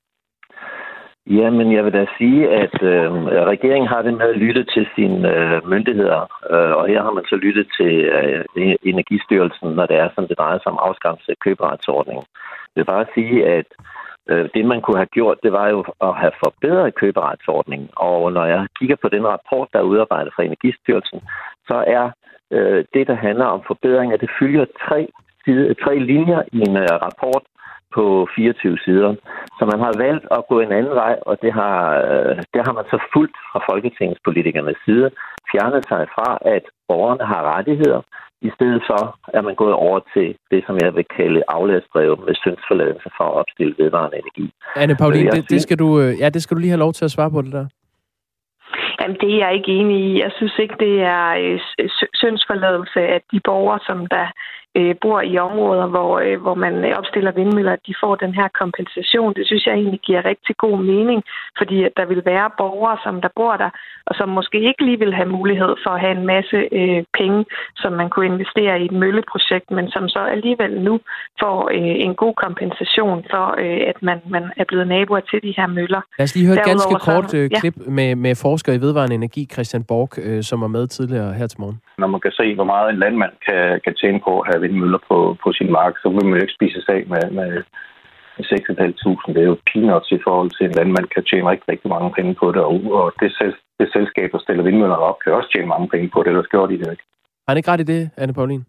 Jamen, jeg vil da sige, at øh, regeringen har det med at lytte til sine øh, myndigheder, øh, og her har man så lyttet til øh, Energistyrelsen, når det er, som det drejer sig om afskaffelse af køberetsordningen. Jeg vil bare sige, at øh, det, man kunne have gjort, det var jo at have forbedret køberetsordningen, og når jeg kigger på den rapport, der er udarbejdet fra Energistyrelsen, så er øh, det, der handler om forbedringer, det følger tre, side, tre linjer i en øh, rapport, på fireogtyve sider. Så man har valgt at gå en anden vej, og det har, det har man så fuldt fra folketingspolitikernes side, fjernet sig fra, at borgerne har rettigheder, i stedet for at man gået over til det, som jeg vil kalde afladsbrev med syndsforladelse for at opstille vedvarende energi. Anne Pauline, det, det, skal du, ja, det skal du lige have lov til at svare på det der. Jamen, det er jeg ikke enig i. Jeg synes ikke, det er øh, syndsforladelse, at de borgere, som der øh, bor i områder, hvor, øh, hvor man opstiller vindmøller, at de får den her kompensation. Det synes jeg egentlig giver rigtig god mening, fordi at der vil være borgere, som der bor der, og som måske ikke lige vil have mulighed for at have en masse øh, penge, som man kunne investere i et mølleprojekt, men som så alligevel nu får øh, en god kompensation for, øh, at man, man er blevet naboer til de her møller. Lad os lige høre et ganske kort øh, ja. klip med, med forsker i vedvarende energi, Christian Borg, øh, som var med tidligere her til morgen. Når man kan se, hvor meget en landmand kan, kan tjene på at have vindmøller på, på sin mark, så vil man jo ikke spise sig af med, med seks tusind fem hundrede. Det er jo peanuts i forhold til, at en landmand kan tjene rigtig, rigtig mange penge på det, og det, det selskab, der stiller vindmøller op, kan også tjene mange penge på det, ellers gjorde de det ikke. Har han ikke ret i det, Anne Pauline?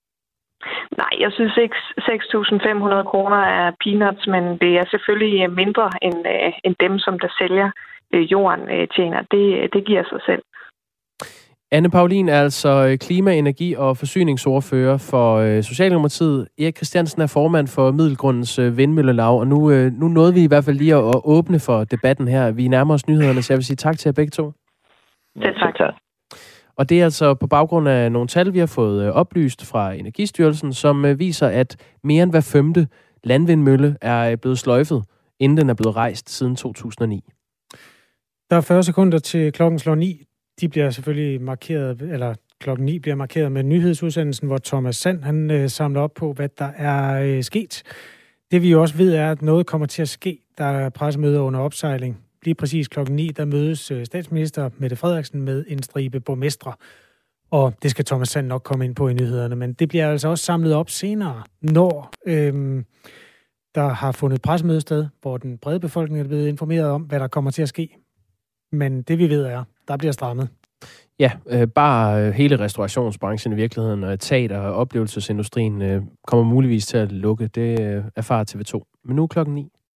Nej, jeg synes ikke seks tusind fem hundrede kroner er peanuts, men det er selvfølgelig mindre end, øh, end dem, som der sælger øh, jorden øh, tjener. Det, det giver sig selv. Anne Pauline er altså klima-, energi- og forsyningsordfører for øh, Socialdemokratiet. Erik Christiansen er formand for Middelgrundens øh, Vindmøllelaug, og nu, øh, nu nåede vi i hvert fald lige at, at åbne for debatten her. Vi nærmer os nyhederne, så jeg vil sige tak til jer begge to. Ja, tak. tak. Og det er altså på baggrund af nogle tal, vi har fået øh, oplyst fra Energistyrelsen, som øh, viser, at mere end hver femte landvindmølle er øh, blevet sløjfet, inden den er blevet rejst siden to tusind og ni. Der er fyrre sekunder til klokken slår ni. De bliver selvfølgelig markeret, eller klokken ni bliver markeret med nyhedsudsendelsen, hvor Thomas Sand han øh, samler op på, hvad der er øh, sket. Det vi jo også ved er, at noget kommer til at ske. Der er pressemøder under opsejling. Lige præcis klokken ni, der mødes øh, statsminister Mette Frederiksen med en stribe borgmestre. Og det skal Thomas Sand nok komme ind på i nyhederne, men det bliver altså også samlet op senere, når øhm, der har fundet pressemøde sted, hvor den brede befolkning er blevet informeret om, hvad der kommer til at ske. Men det vi ved er, der bliver strammet. Ja, øh, bare øh, hele restaurationsbranchen i virkeligheden, og teater- og oplevelsesindustrien øh, kommer muligvis til at lukke. Det øh, erfarer T V to. Men nu er klokken ni.